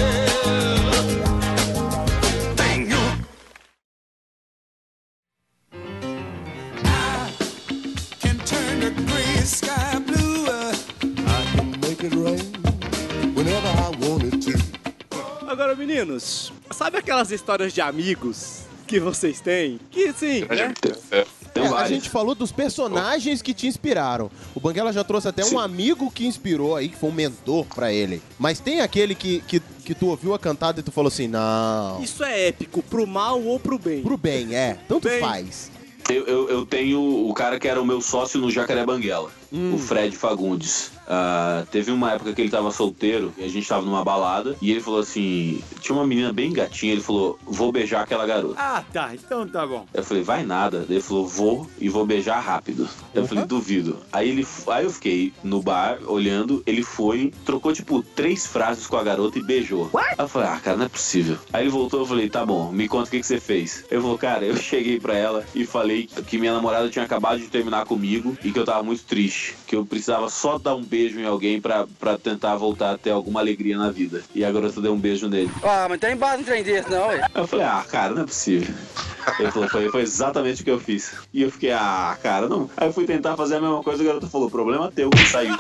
Tenho. I can turn the gray sky blue. I can make it rain whenever I want it to. Agora, meninos, sabe aquelas histórias de amigos que vocês têm? Que sim, né? É, a gente falou dos personagens que te inspiraram. O Banguela já trouxe até Sim. um amigo que inspirou aí, que foi um mentor pra ele. Mas tem aquele que, que, que tu ouviu a cantada e tu falou assim, não... Isso é épico, pro mal ou pro bem? Pro bem, é. Tanto Bem. faz. Eu, eu, eu tenho o cara que era o meu sócio no Jacaré Banguela, hum. o Fred Fagundes. Uh, teve uma época que ele tava solteiro e a gente tava numa balada e ele falou assim, tinha uma menina bem gatinha, ele falou, vou beijar aquela garota. Ah, tá, então tá bom. Eu falei, vai nada. Ele falou, vou e vou beijar rápido. Eu uhum. falei, duvido. Aí, ele, aí eu fiquei no bar olhando, ele foi, trocou tipo três frases com a garota e beijou. What? Aí eu falei, ah, cara, não é possível. Aí ele voltou, eu falei, tá bom, me conta o que, que você fez. Ele falou, cara, eu cheguei pra ela e falei que minha namorada tinha acabado de terminar comigo e que eu tava muito triste, que eu precisava só dar um beijo em alguém pra, pra tentar voltar a ter alguma alegria na vida. E a garota deu um beijo nele. Ah, mas tem base em trem desse, não, ué. Eu falei, ah, cara, não é possível. Ele falou, foi, foi exatamente o que eu fiz. E eu fiquei, ah, cara, não. Aí eu fui tentar fazer a mesma coisa e a garota falou, problema teu, que saiu.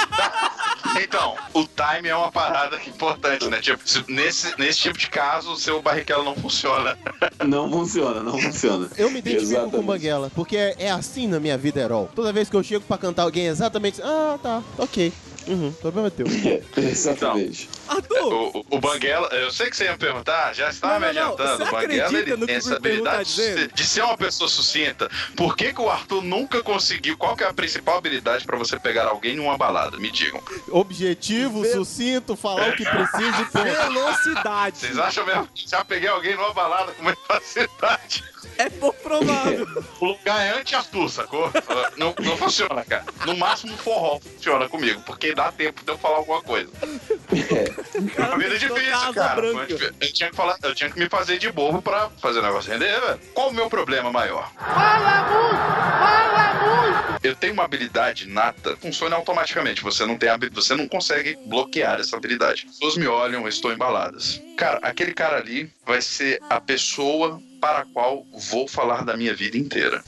Então, o time é uma parada importante, né? Tipo, nesse, nesse tipo de caso, o seu barrichello não funciona. Não funciona, não funciona. Eu me identifico exatamente. com o Banguela, porque é, é assim na minha vida, Herol. Toda vez que eu chego pra cantar alguém exatamente... Ah, tá, ok. Uhum, problema é teu. Exatamente. Então, o, o Banguela, eu sei que você ia me perguntar, já estava me adiantando. O Banguela, ele tem essa habilidade de, de ser uma pessoa sucinta. Por que que o Arthur nunca conseguiu? Qual que é a principal habilidade pra você pegar alguém numa balada? Me digam. Objetivo, Ve... sucinto, falar o que precisa e ponto. Velocidade. Vocês acham mesmo que já peguei alguém numa balada com muita facilidade? É pouco provável. O lugar é anti-Arthur, sacou? Não, não funciona, cara. No máximo, forró funciona comigo, porque dá tempo de eu falar alguma coisa. É. A vida é difícil, cara. Eu tinha, que falar, eu tinha que me fazer de bobo pra fazer o negócio render, velho. Qual o meu problema maior? Fala muito! Fala muito! Eu tenho uma habilidade nata, funciona automaticamente. Você não tem habilidade, você não consegue bloquear essa habilidade. As pessoas me olham, eu estou embaladas. Cara, aquele cara ali vai ser a pessoa para a qual vou falar da minha vida inteira.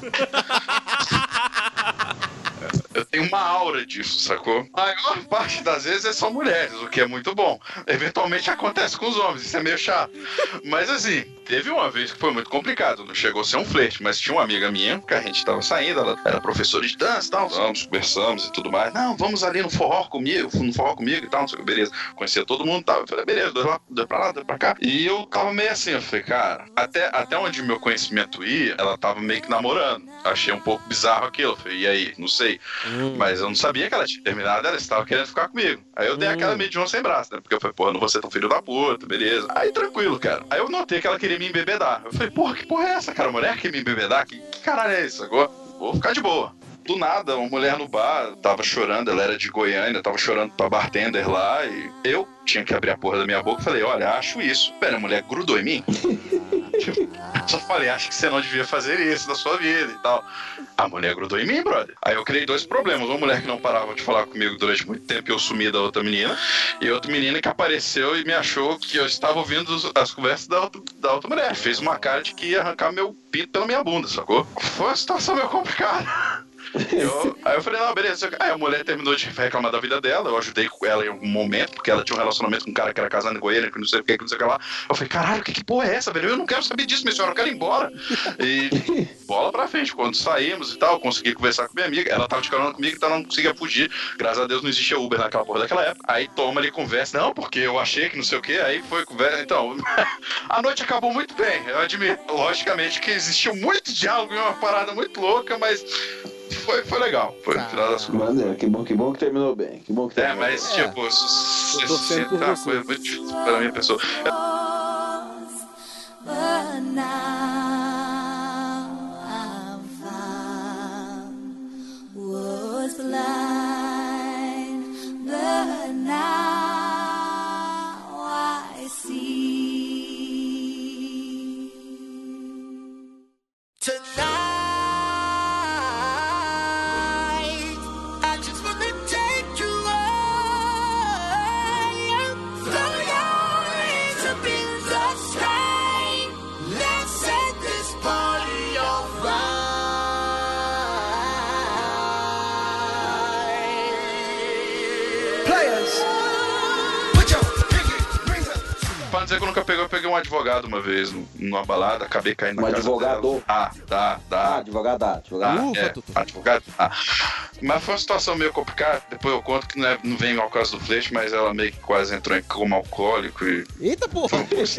Eu tenho uma aura disso, sacou? A maior parte das vezes são mulheres, o que é muito bom. Eventualmente acontece com os homens, isso é meio chato. Mas assim, teve uma vez que foi muito complicado. Não chegou a ser um flerte, mas tinha uma amiga minha que a gente tava saindo, ela era professora de dança e tal. Vamos, conversamos e tudo mais. Não, vamos ali no forró comigo, no forró comigo e tal, não sei o que, beleza. Conhecia todo mundo e tal. Eu falei, beleza, dois, lá, dois pra lá, dois pra cá. E eu tava meio assim, eu falei, cara, até, até onde meu conhecimento ia, ela tava meio que namorando. Achei um pouco bizarro aquilo. Eu falei, e aí? Não sei. Hum. Mas eu não sabia que ela tinha terminado, ela estava querendo ficar comigo. Aí eu dei hum. aquela meio de um sem braço, né? Porque eu falei, porra, não vou ser tão filho da puta, beleza. Aí tranquilo, cara. Aí eu notei que ela queria me embebedar. Eu falei, porra, que porra é essa, cara? Mulher que me embebedar? Que, que caralho é isso? Agora vou ficar de boa. Do nada, uma mulher no bar tava chorando, ela era de Goiânia, tava chorando pra bartender lá e eu tinha que abrir a porra da minha boca e falei, olha, acho isso. Pera, a mulher grudou em mim? Tipo, eu só falei, acho que você não devia fazer isso na sua vida e tal. A mulher grudou em mim, brother. Aí eu criei dois problemas. Uma mulher que não parava de falar comigo durante muito tempo e eu sumi da outra menina. E outra menina que apareceu e me achou que eu estava ouvindo as conversas da outra, da outra mulher. Fez uma cara de que ia arrancar meu pinto pela minha bunda, sacou? Foi uma situação meio complicada. Eu, aí eu falei, não, beleza. Aí a mulher terminou de reclamar da vida dela. Eu ajudei com ela em algum momento, porque ela tinha um relacionamento com um cara que era casado em Goiânia, que não sei o que, que não sei o que lá. Eu falei, caralho, que, que porra é essa, velho? Eu não quero saber disso, minha senhora, eu quero ir embora. E bola pra frente. Quando saímos e tal, eu consegui conversar com minha amiga. Ela tava de carona comigo, então ela não conseguia fugir. Graças a Deus não existia Uber naquela porra daquela época. Aí toma ali conversa. Não, porque eu achei que não sei o que. Aí foi conversa. Então, a noite acabou muito bem. Eu admito, logicamente, que existiu muito diálogo e uma parada muito louca, mas Foi, foi legal. Foi no final das contas. Maneiro, que bom, que bom que terminou bem. Que bom que terminou É, mas bem. tipo, você tá uma coisa muito difícil pra minha pessoa. But now I'm found, was blind, but now I see. Tonight, I just wanna take you higher. Throw your hands up in the sky. Let's set this party on fire. Players, put your pinky rings up. Pra dizer que eu nunca peguei, eu peguei um advogado uma vez numa balada, acabei caindo na Um casa advogado? dela. Ah, tá, tá. Ah, advogado, advogado. Ah, Ufa, é, Tutu. advogado? Ah. Mas foi uma situação meio complicada, depois eu conto que não, é, não vem ao caso do flerte, mas ela meio que quase entrou em coma alcoólico e... Eita porra!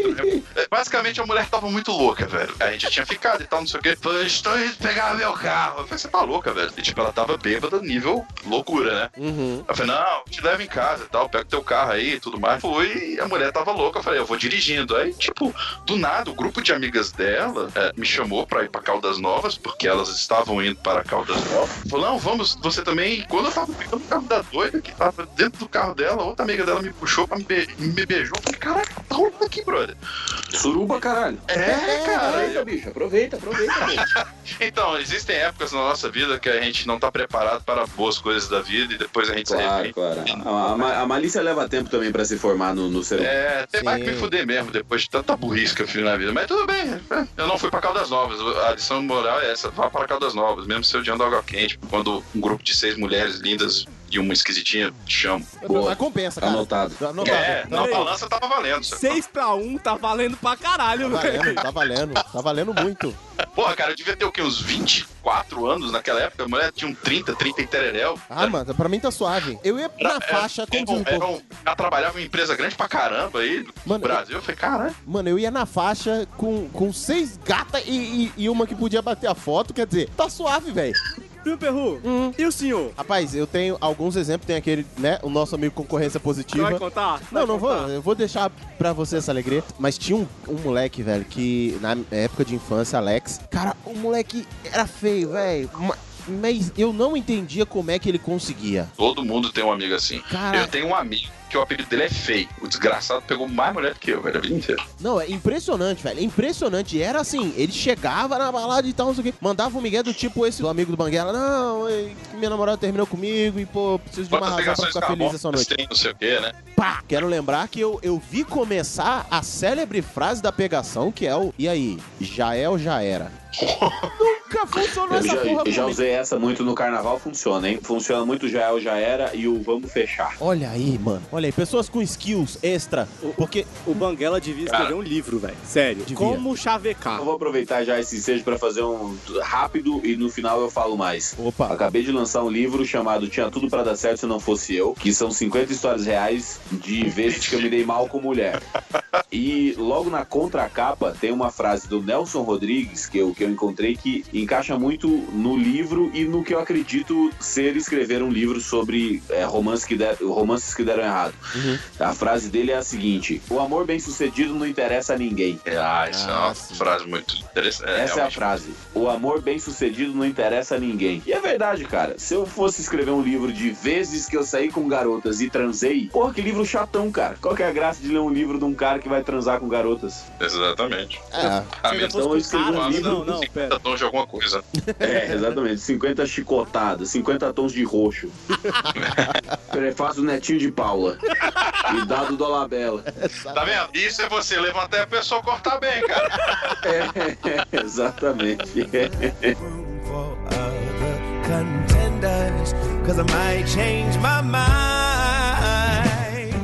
É, basicamente a mulher tava muito louca, velho. A gente já tinha ficado e tal, não sei o quê. Falei, estou indo pegar meu carro. Eu falei, você tá louca, velho? E tipo, ela tava bêbada, nível loucura, né? Uhum. Eu falei, não, te levo em casa e tal, pega teu carro aí e tudo mais. Fui, e a mulher tava louca, eu falei, eu vou dirigindo. Aí, tipo, do nada, o grupo de amigas dela é, me chamou pra ir pra Caldas Novas, porque elas estavam indo para Caldas Novas. Falou, não, vamos, você também. E quando eu tava pegando o carro da doida, que tava dentro do carro dela, outra amiga dela me puxou pra me, be me beijou. Eu falei, caraca, tá rolando aqui, brother. Suruba, caralho. É, cara. Aproveita, bicho, aproveita, aproveita, bicho. Então, existem épocas na nossa vida que a gente não tá preparado para boas coisas da vida e depois a gente se Claro, arrepende. claro. A, a, a malícia leva tempo também pra se formar no, no ser humano. É, tem mais que me Sim. fuder mesmo depois de tanta burrice que eu fiz na vida. Mas tudo bem, eu não fui pra Caldas Novas. A lição moral é essa: vá para Caldas Novas, mesmo se odiando água quente. Quando um grupo de seis mulheres lindas e uma esquisitinha te chamam. Boa. Mas compensa, cara. Anotado. Anotado. É, na Peraí. balança tava valendo. sacou? seis pra um tá valendo pra caralho, Tá velho. valendo, tá valendo. Tá valendo muito. Porra, cara, eu devia ter o quê? Uns vinte e quatro anos naquela época. A mulher tinha um trinta, trinta em tereréu. Ah, mano, pra mim tá suave. Eu ia na Era- faixa, como diz um era pouco. um- ela trabalhava em empresa grande pra caramba aí no Mano, Brasil. Eu falei, caralho. Mano, eu ia na faixa com, com seis gatas e, e, e uma que podia bater a foto, quer dizer, tá suave, velho. Primo Perru, Hum. e o senhor? Rapaz, eu tenho alguns exemplos, tem aquele, né, o nosso amigo concorrência Você positiva. vai contar? Não, Vai não vou, contar? eu vou deixar pra você essa alegria. Mas tinha um, um moleque, velho, que na época de infância, Alex, cara, o moleque era feio, velho. ma- Mas eu não entendia como é que ele conseguia. Todo mundo tem um amigo assim. Cara- Eu tenho um amigo que o apelido dele é feio. O desgraçado pegou mais mulher do que eu, velho, a vida inteira. Não, é impressionante, velho. É impressionante. E era assim, ele chegava na balada e tal, não sei o quê. Mandava um migué do tipo esse, do amigo do Banguela. Não, ei, minha namorada terminou comigo e, pô, preciso de uma Quantas razão pra ligações ficar com a feliz bola, essa noite. tem não sei o quê, né? Pá! Quero lembrar que eu, eu vi começar a célebre frase da pegação, que é o e aí, já é ou já era? Nunca funcionou Eu essa já, porra eu já comigo. usei essa muito no carnaval, funciona, hein? Funciona muito já é ou já era e o vamos fechar. Olha aí, mano. Olha aí, pessoas com skills extra. Porque. O Banguela devia escrever Cara. um livro, velho. Sério. Devia. Como chavecar. Eu vou aproveitar já esse ensejo pra fazer um rápido e no final eu falo mais. Opa. Acabei de lançar um livro chamado Tinha Tudo Pra Dar Certo Se Não Fosse Eu, que são cinquenta histórias reais de vezes que eu me dei mal com mulher. E logo na contracapa tem uma frase do Nelson Rodrigues que eu, que eu encontrei que encaixa muito no livro e no que eu acredito ser escrever um livro sobre é, romances, que der, romances que deram errado. ligado? Uhum. A frase dele é a seguinte: o amor bem sucedido não interessa a ninguém. Ah, isso ah, é uma sim. frase muito interessante. É, Essa realmente. é a frase. O amor bem sucedido não interessa a ninguém. E é verdade, cara. Se eu fosse escrever um livro de vezes que eu saí com garotas e transei, porra, que livro chatão, cara. Qual que é a graça de ler um livro de um cara que vai transar com garotas? Exatamente. É. A menos então eu escrevi um livro não, não, cinquenta tons de alguma coisa. É, exatamente. cinquenta chicotadas, cinquenta tons de roxo. Prefácio Netinho de Paula. E dado Dolabella. Tá vendo? Isso é você levantar e a pessoa cortar bem, cara. É, é, exatamente. Contenders, 'cause I might change my mind.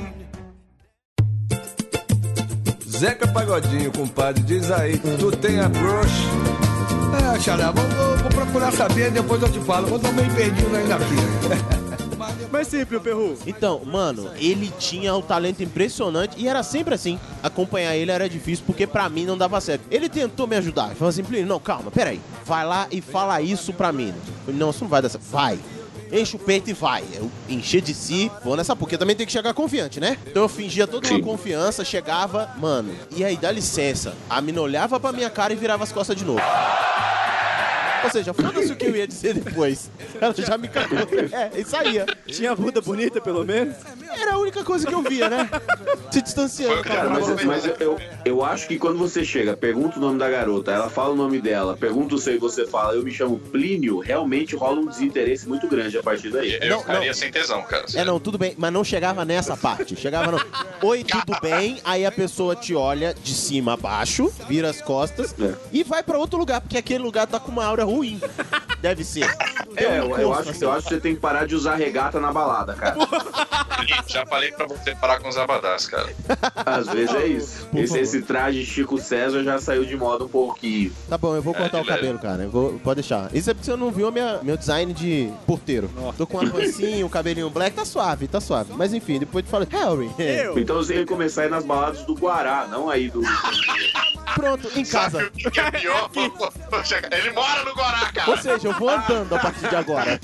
Zeca Pagodinho, compadre, diz aí, tu tem a crush? É, Xará, vou, vou, vou procurar saber, depois eu te falo. Vou dar meio perdido ainda aqui. Mas sempre, o Perru. Então, mano, ele tinha um talento impressionante e era sempre assim. Acompanhar ele era difícil porque pra mim não dava certo. Ele tentou me ajudar. Falou assim, Plínio, não, calma, peraí. Vai lá e fala isso pra mim. Eu falei, não, isso não vai dar certo. Vai. Enche o peito e vai. Eu encher de si, vou nessa porque também tem que chegar confiante, né? Então eu fingia toda uma confiança, chegava, mano, e aí, dá licença. A mina olhava pra minha cara e virava as costas de novo. Ou seja, foda-se o que eu ia dizer depois. Ela já me cagou. É, e saía. Tinha bunda bonita, pelo menos? Era a única coisa que eu via, né? Se distanciando. Cara, mas, mas eu, eu acho que quando você chega, pergunta o nome da garota, ela fala o nome dela, pergunta o seu e você fala, eu me chamo Plínio, realmente rola um desinteresse muito grande a partir daí. Eu não, ficaria não. sem tesão, cara. É, não, tudo bem, mas não chegava nessa parte. Chegava no... Oi, tudo bem? Aí a pessoa te olha de cima a baixo, vira as costas é. e vai pra outro lugar, porque aquele lugar tá com uma aura ruim. Deve ser. É, eu, eu, acho, eu acho que você tem que parar de usar regata na balada, cara. Já falei pra você parar com os abadás, cara. Às vezes é isso. Esse, esse traje Chico César já saiu de moda um pouquinho. Tá bom, eu vou cortar é, o cabelo, cara. Eu vou, pode deixar. Isso é porque você não viu minha, meu design de porteiro. Nossa. Tô com uma pancinha, um cabelinho black. Tá suave, tá suave. Mas enfim, depois te falo, Harry. Eu. Então você tem que começar a ir nas baladas do Guará, não aí do... Pronto, em casa. Sabe o que é pior? Ele mora no Guará, cara. Ou seja, eu vou andando a partir de agora.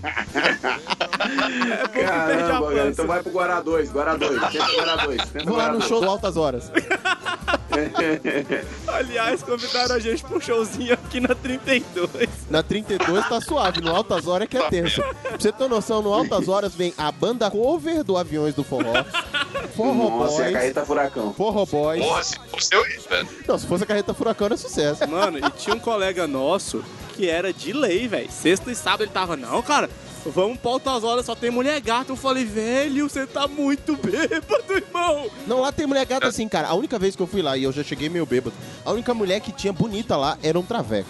É Caramba, cara, então vai pro Guará dois, Guará dois, tenta Guará dois. Tenta Vou lá no show do Altas Horas. Aliás, convidaram a gente pro showzinho aqui na trinta e dois. Na trinta e dois tá suave, no Altas Horas é que é tenso. Pra você ter noção, no Altas Horas vem a banda cover do Aviões do Forró. Forró Nossa, Boys. É a Carreta Furacão. Forró Boys. Porra, se fosse eu, velho. Não, se fosse a Carreta Furacão era sucesso. Mano, e tinha um colega nosso que era de lei, velho. Sexta e sábado ele tava, não, cara, vamos pra Altas Horas, só tem mulher gata. Eu falei, velho, você tá muito bêbado, irmão. Não, lá tem mulher gata assim, cara. A única vez que eu fui lá, e eu já cheguei meio bêbado, a única mulher que tinha bonita lá era um traveco.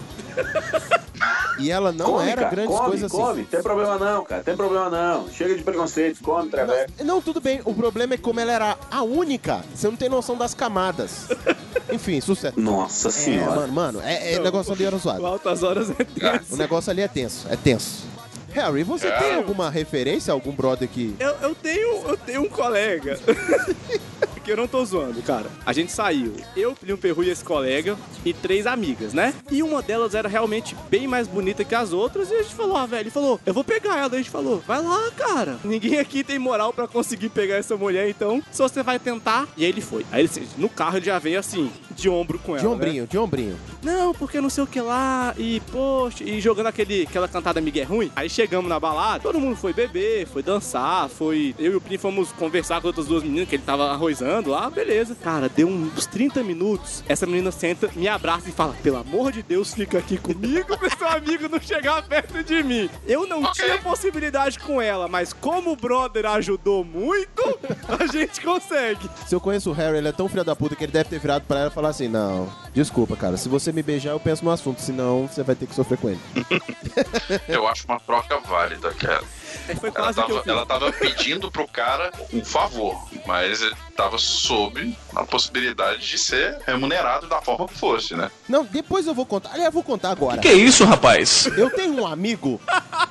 E ela não come, era cara, grandes come, coisas come. assim. Tem problema não, cara. Tem problema não. Chega de preconceito. Come, traveco. Não, não, tudo bem. O problema é que como ela era a única, você não tem noção das camadas. Enfim, sucesso. Nossa senhora. É, mano, mano, é, é não, negócio ali era zoado. Altas Horas é tenso. O negócio ali é tenso, é tenso. Harry, você é. tem alguma referência, algum brother que... Eu, eu, tenho, eu tenho um colega... que eu não tô zoando, cara. A gente saiu, eu, Plínio Perru e esse colega, e três amigas, né? E uma delas era realmente bem mais bonita que as outras, e a gente falou, ah, velho, ele falou, eu vou pegar ela. Daí a gente falou, vai lá, cara. Ninguém aqui tem moral pra conseguir pegar essa mulher, então, se você vai tentar... E aí ele foi. Aí ele, no carro ele já veio assim, de ombro com ela, De ombrinho, né? de ombrinho. Não, porque não sei o que lá, e poxa, e jogando aquele, aquela cantada Miguel ruim. Aí chegamos na balada, todo mundo foi beber, foi dançar, foi... Eu e o Plínio fomos conversar com outras duas meninas que ele tava arrozando lá, beleza. Cara, deu uns trinta minutos, essa menina senta, me abraça e fala, pelo amor de Deus, fica aqui comigo pra seu amigo não chegar perto de mim. Eu não okay. tinha possibilidade com ela, mas como o brother ajudou muito, a gente consegue. Se eu conheço o Harry, ele é tão filho da puta que ele deve ter virado pra ela e falar assim, não, desculpa, cara, se você me beijar, eu penso no assunto, senão você vai ter que sofrer com ele. Eu acho uma troca válida, cara. É, foi ela, quase tava, que eu fiz. ela tava pedindo pro cara um favor, mas ele tava sob a possibilidade de ser remunerado da forma que fosse, né? Não, depois eu vou contar. Aliás, eu vou contar agora. Que que é isso, rapaz? Eu tenho um amigo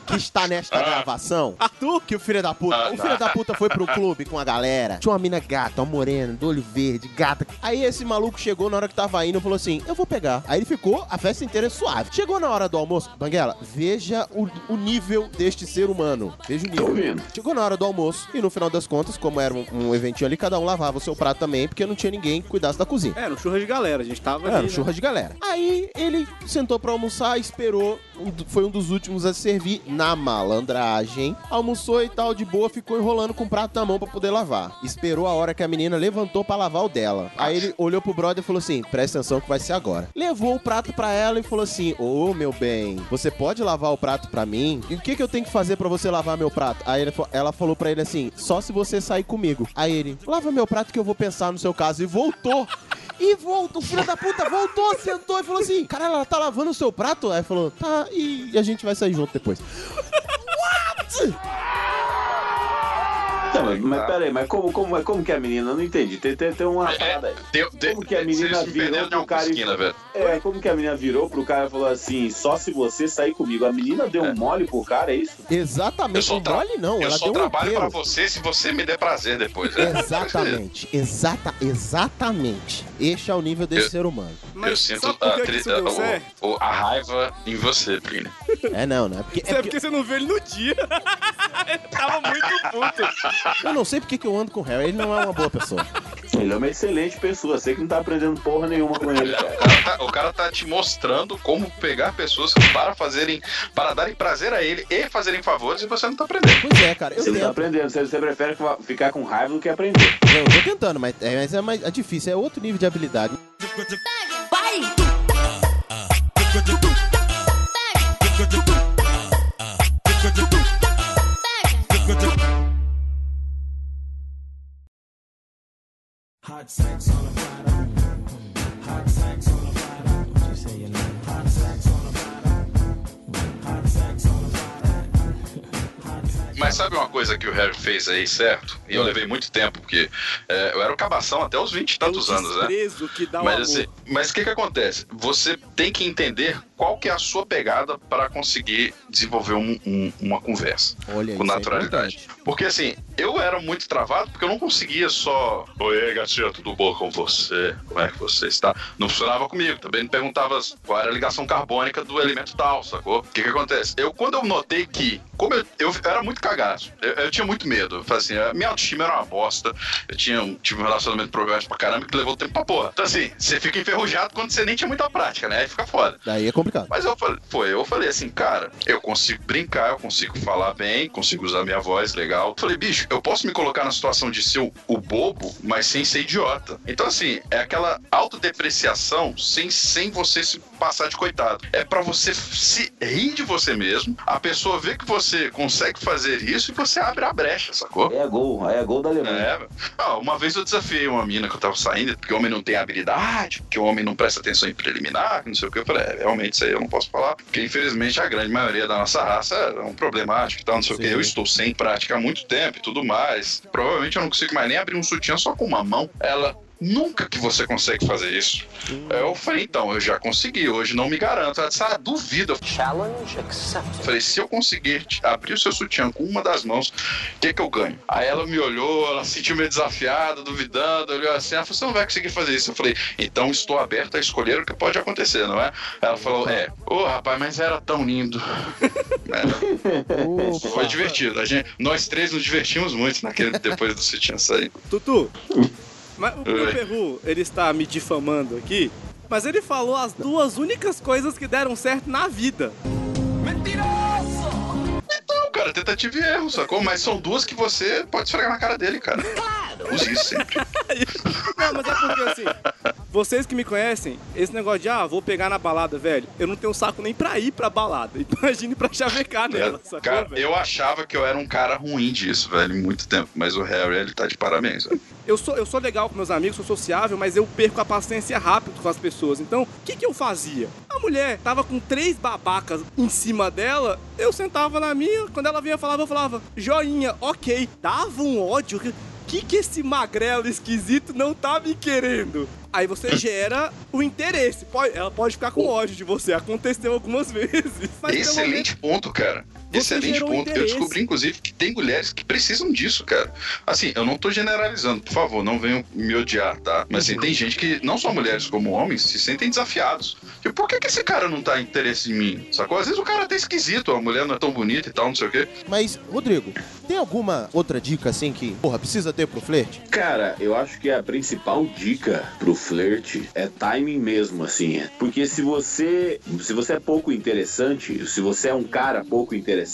que está nesta ah. gravação, Arthur, que o filho da puta, ah, o filho da puta foi pro clube com a galera, tinha uma mina gata, uma morena, do olho verde, gata. Aí esse maluco chegou na hora que tava indo e falou assim, eu vou pegar. Aí ele ficou a festa inteira suave. Chegou na hora do almoço, Banguela, veja o, o nível deste ser humano. Veja o nível. Chegou na hora do almoço e no final das contas, como era um, um eventinho ali, cada um lavava o seu prato também, porque não tinha ninguém que cuidasse da cozinha. É, no churras de galera, a gente tava Era ali, no né? churras de galera. Aí ele sentou pra almoçar, esperou, foi um dos últimos a servir na malandragem. Almoçou e tal, de boa, ficou enrolando com o prato na mão pra poder lavar. Esperou a hora que a menina levantou pra lavar o dela. Aí ele olhou pro brother e falou assim, presta atenção que vai ser agora. Levou o prato pra ela e falou assim, ô oh, meu bem, você pode lavar o prato pra mim? E o que que eu tenho que fazer pra você lavar meu prato? Aí ele, ela falou pra ele assim, só se você sair comigo. Aí ele, lava meu prato que eu vou pensar no seu caso. E voltou. E voltou, o filho da puta voltou, sentou e falou assim, cara, ela tá lavando o seu prato? Aí falou, tá, e a gente vai sair junto depois. What? Não, mas, mas peraí, mas como, como, como que a menina? Eu não entendi. Tem, tem, tem uma parada aí. Deu, deu, como que a menina virou pro cara esquina, velho. É, como que a menina virou pro cara e falou assim, só se você sair comigo. A menina deu um é. mole pro cara, é isso? Exatamente, um tra... mole não. Eu ela só deu trabalho um pra você se você me der prazer depois. Né? Exatamente, exata, exatamente. Este é o nível desse eu, ser humano. Mas eu sinto a, tri... a, o, a raiva em você, Plínio. É não, né? Porque, é, é porque... porque você não viu ele no dia. Ele tava muito puto. Eu não sei porque que eu ando com o Harry, ele não é uma boa pessoa. Ele é uma excelente pessoa, sei que não tá aprendendo porra nenhuma com ele, cara. O cara tá, o cara tá te mostrando como pegar pessoas para fazerem, para darem prazer a ele e fazerem favores e você não tá aprendendo. Pois é, cara. Eu você tento. não tá aprendendo, você, você prefere ficar com raiva do que aprender. Eu tô tentando, mas é, mas é, mais, é difícil, é outro nível de habilidade. Vai! Hot sex on a platter. Hot sex on a platter. What you say your name? Hot sex on a platter. Hot sex on a platter. Mas sabe uma coisa que o Harry fez aí, certo? E eu levei muito tempo, porque é, eu era o cabação até os vinte e tantos é anos, né? Que dá mas um assim, mas o que que acontece? Você tem que entender qual que é a sua pegada para conseguir desenvolver um, um, uma conversa. Olha, com naturalidade. É porque assim, eu era muito travado porque eu não conseguia só oi, gatinha, tudo bom com você? Como é que você está? Não funcionava comigo. Também me perguntava qual era a ligação carbônica do elemento tal, sacou? O que que acontece? Eu, quando eu notei que, como eu, eu era muito cagaço, eu, eu tinha muito medo. Eu falei assim, a minha autoestima era uma bosta. Eu tinha um, tive um relacionamento problemático pra caramba que levou tempo pra porra. Então assim, você fica enferrujado quando você nem tinha muita prática, né? Aí fica foda. Daí é complicado. Mas eu falei, pô, eu falei assim, cara, eu consigo brincar, eu consigo falar bem, consigo usar minha voz legal. Eu falei, bicho, eu posso me colocar na situação de ser o, o bobo, mas sem ser idiota. Então assim, é aquela autodepreciação sem, sem você se passar de coitado. É pra você se rir de você mesmo, a pessoa vê que você consegue fazer isso e você abre a brecha, sacou? É gol, é gol da Alemanha. É, ah, uma vez eu desafiei uma mina que eu tava saindo, porque o homem não tem habilidade, porque o homem não presta atenção em preliminar, não sei o que. Eu falei, é, realmente isso aí eu não posso falar, porque infelizmente a grande maioria da nossa raça é um problemático e tal, não sei Sim. o que. Eu estou sem prática há muito tempo e tudo mais. Provavelmente eu não consigo mais nem abrir um sutiã só com uma mão. Ela... Nunca que você consegue fazer isso. Hum. Eu falei, então, eu já consegui, hoje não me garanto. Ela disse, ah, duvido. Challenge accepted. Eu falei, se eu conseguir abrir o seu sutiã com uma das mãos, o que que eu ganho? Aí ela me olhou, ela se sentiu meio desafiada, duvidando, olhou assim, ela falou, você não vai conseguir fazer isso. Eu falei, então estou aberto a escolher o que pode acontecer, não é? Ela falou, é, ô oh, rapaz, mas era tão lindo. é, foi divertido. A gente, nós três nos divertimos muito naquele, depois do sutiã sair. Tutu. Mas o meu Perru, ele está me difamando aqui, mas ele falou as duas únicas coisas que deram certo na vida. Mentiroso! Então, cara, tentativa e erro, sacou? Mas são duas que você pode esfregar na cara dele, cara. Claro! Use isso sempre. Não, mas é porque assim, vocês que me conhecem, esse negócio de, ah, vou pegar na balada, velho, eu não tenho saco nem pra ir pra balada. Imagine pra chavecar nela, é, sacou, cara, velho? Eu achava que eu era um cara ruim disso, velho, em muito tempo. Mas o Harry, ele tá de parabéns, velho. Eu sou, eu sou legal com meus amigos, sou sociável, mas eu perco a paciência rápido com as pessoas. Então, o que que eu fazia? A mulher tava com três babacas em cima dela, eu sentava na minha, quando ela vinha falava, eu falava, joinha, ok. Dava um ódio. Que que esse magrelo esquisito não tá me querendo? Aí você gera o interesse. Pode, ela pode ficar com ódio de você. Aconteceu algumas vezes. Mas Excelente ponto, cara. Excelente ponto. Interesse. Eu descobri, inclusive, que tem mulheres que precisam disso, cara. Assim, eu não tô generalizando, por favor, não venham me odiar, tá? Mas assim, tem gente que, não só mulheres como homens, se sentem desafiados. Tipo, por que, que esse cara não tá interesse em mim? Sacou? Às vezes o cara é até esquisito, a mulher não é tão bonita e tal, não sei o quê. Mas, Rodrigo, tem alguma outra dica, assim, que, porra, precisa ter pro flerte? Cara, eu acho que a principal dica pro flerte é timing mesmo, assim. Porque se você, se você é pouco interessante, se você é um cara pouco interessante,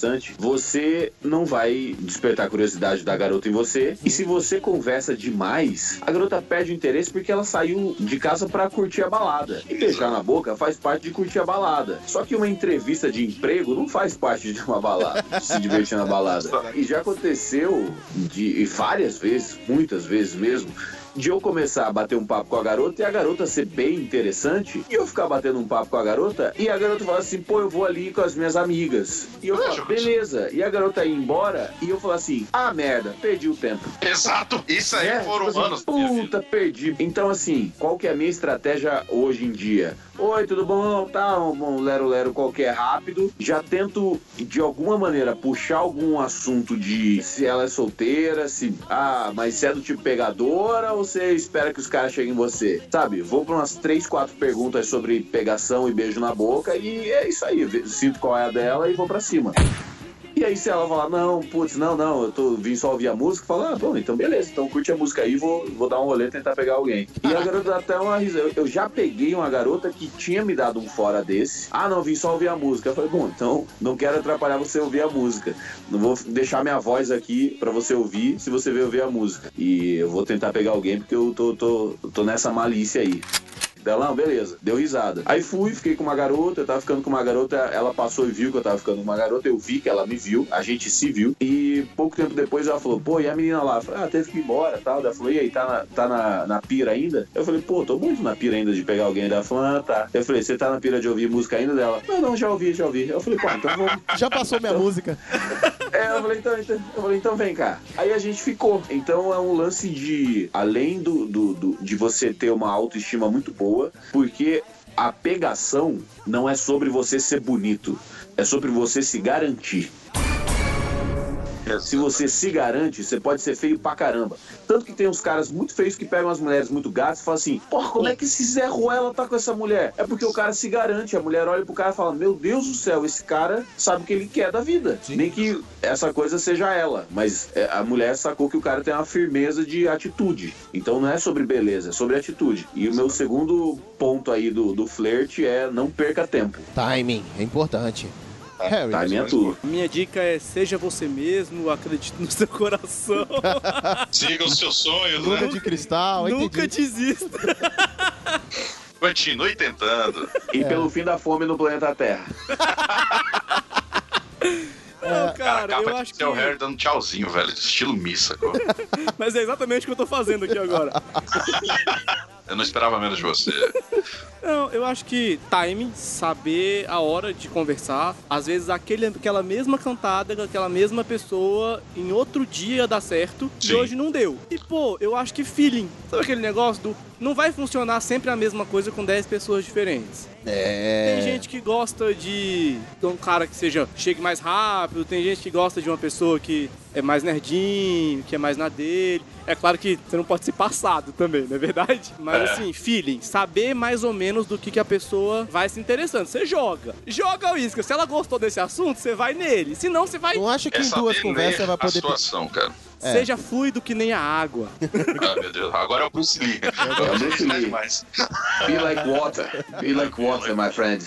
você não vai despertar a curiosidade da garota em você. E se você conversa demais, a garota perde o interesse porque ela saiu de casa pra curtir a balada. E beijar na boca faz parte de curtir a balada. Só que uma entrevista de emprego não faz parte de uma balada, de se divertir na balada. E já aconteceu de, várias vezes, muitas vezes mesmo, de eu começar a bater um papo com a garota e a garota ser bem interessante, e eu ficar batendo um papo com a garota e a garota falar assim, pô, eu vou ali com as minhas amigas. E eu falo, beleza. E a garota ir embora e eu falar assim, ah, merda, perdi o tempo. Exato. Isso aí é, foram tipo anos. Assim, puta, perdi. Então, assim, qual que é a minha estratégia hoje em dia? Oi, tudo bom? Tá, um lero-lero qualquer rápido. Já tento, de alguma maneira, puxar algum assunto de se ela é solteira, se... Ah, mas se é do tipo pegadora ou você espera que os caras cheguem em você? Sabe, vou pra umas três, quatro perguntas sobre pegação e beijo na boca e é isso aí. Sinto qual é a dela e vou pra cima. E aí se ela falar, não, putz, não, não, eu tô, vim só ouvir a música, fala, ah, bom, então beleza, então curte a música aí, vou, vou dar um rolê e tentar pegar alguém. E a garota dá até uma risada. Eu, eu já peguei uma garota que tinha me dado um fora desse. Ah, não, vim só ouvir a música. Eu falei, bom, então não quero atrapalhar você ouvir a música. Não vou deixar minha voz aqui pra você ouvir se você veio ouvir a música. E eu vou tentar pegar alguém porque eu tô, tô, tô nessa malícia aí. Ela, não, beleza, deu risada. Aí fui, fiquei com uma garota, eu tava ficando com uma garota, ela passou e viu que eu tava ficando com uma garota, eu vi que ela me viu, a gente se viu, e pouco tempo depois ela falou, pô, e a menina lá? Eu falei, ah, teve que ir embora e tal. Ela falou, e aí, tá, na, tá na, na pira ainda? Eu falei, pô, tô muito na pira ainda de pegar alguém. Ela falou, ah, tá. Eu falei, você tá na pira de ouvir música ainda dela? Não, não, já ouvi, já ouvi. Eu falei, pô, então vamos. Já passou minha então... música. É, eu falei, então, então, eu falei, então vem cá. Aí a gente ficou. Então é um lance de, além do, do, do, de você ter uma autoestima muito boa, porque a pegação não é sobre você ser bonito, é sobre você se garantir. Se você se garante, você pode ser feio pra caramba. Tanto que tem uns caras muito feios que pegam as mulheres muito gatas e falam assim, porra, como é que esse Zé Ruela tá com essa mulher? É porque o cara se garante, a mulher olha pro cara e fala, meu Deus do céu, esse cara sabe o que ele quer da vida. Sim. Nem que essa coisa seja ela, mas a mulher sacou que o cara tem uma firmeza de atitude. Então não é sobre beleza, é sobre atitude. E o meu segundo ponto aí do, do flerte é não perca tempo. Timing, é importante. Harry, tá, minha tudo. Minha dica é seja você mesmo, acredite no seu coração. Siga os seus sonhos, Nunca né? de cristal. Nunca desista. Continue tentando. E É. pelo fim da fome no planeta Terra. Não, cara, a eu capa acho de que... o Harry dando tchauzinho, velho. Estilo missa, cara. Mas é exatamente o que eu tô fazendo aqui agora. Eu não esperava menos de você. Não, eu acho que timing, saber a hora de conversar, às vezes aquele, aquela mesma cantada com aquela mesma pessoa em outro dia dá certo, Sim. e hoje não deu. E pô, eu acho que feeling, sabe aquele negócio do não vai funcionar sempre a mesma coisa com dez pessoas diferentes. É. Tem gente que gosta de um cara que seja chegue mais rápido, tem gente que gosta de uma pessoa que é mais nerdinho, que é mais na dele. É claro que você não pode ser passado também, não é verdade? Mas É. assim, feeling, saber mais ou menos do que, que a pessoa vai se interessando. Você joga. Joga o isca. Se ela gostou desse assunto, você vai nele. Se não, você vai... Não acho que É em duas saber conversas ler vai a poder... situação, cara. É. Seja fluido que nem a água. Ah, meu Deus. Agora é o Bruce Lee. É o Bruce Lee. Demais. Be like water. Be like water, my friend.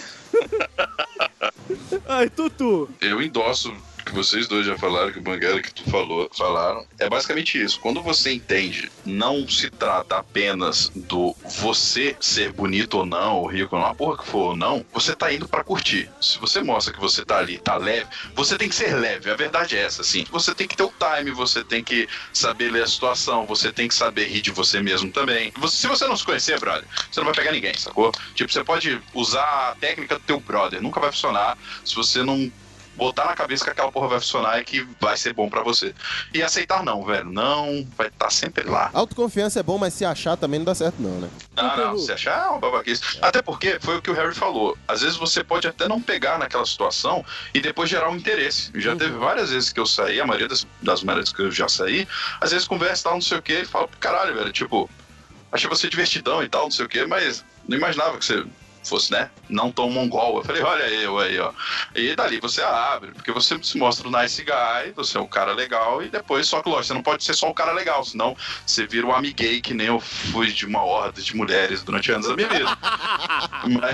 Ai, Tutu. Eu endosso o que vocês dois já falaram, que o Banguela que tu falou, falaram. É basicamente isso. Quando você entende, não se trata apenas do você ser bonito ou não, ou rico ou não, a porra que for ou não, você tá indo pra curtir. Se você mostra que você tá ali, tá leve, você tem que ser leve. A verdade é essa, assim. Você tem que ter o time, você tem que saber ler a situação, você tem que saber rir de você mesmo também. Você, se você não se conhecer, brother, você não vai pegar ninguém, sacou? Tipo, você pode usar a técnica do teu brother, nunca vai funcionar se você não botar na cabeça que aquela porra vai funcionar e que vai ser bom pra você. E aceitar não, velho. Não, vai estar sempre lá. Autoconfiança é bom, mas se achar também não dá certo não, né? Não, não, se achar é uma babaquice. Até porque foi o que o Harry falou. Às vezes você pode até não pegar naquela situação e depois gerar um interesse. Já uhum. teve várias vezes que eu saí, a maioria das, das maneiras que eu já saí, às vezes conversa e tal, não sei o que, e falo, caralho, velho, tipo, achei você divertidão e tal, não sei o que, mas não imaginava que você fosse, né, não tão mongol. Eu falei, olha eu aí, ó. E dali você abre, porque você se mostra um nice guy, você é um cara legal, e depois, só que lógico, você não pode ser só um cara legal, senão você vira um amiguei que nem eu fui de uma horda de mulheres durante anos da minha vida. Mas...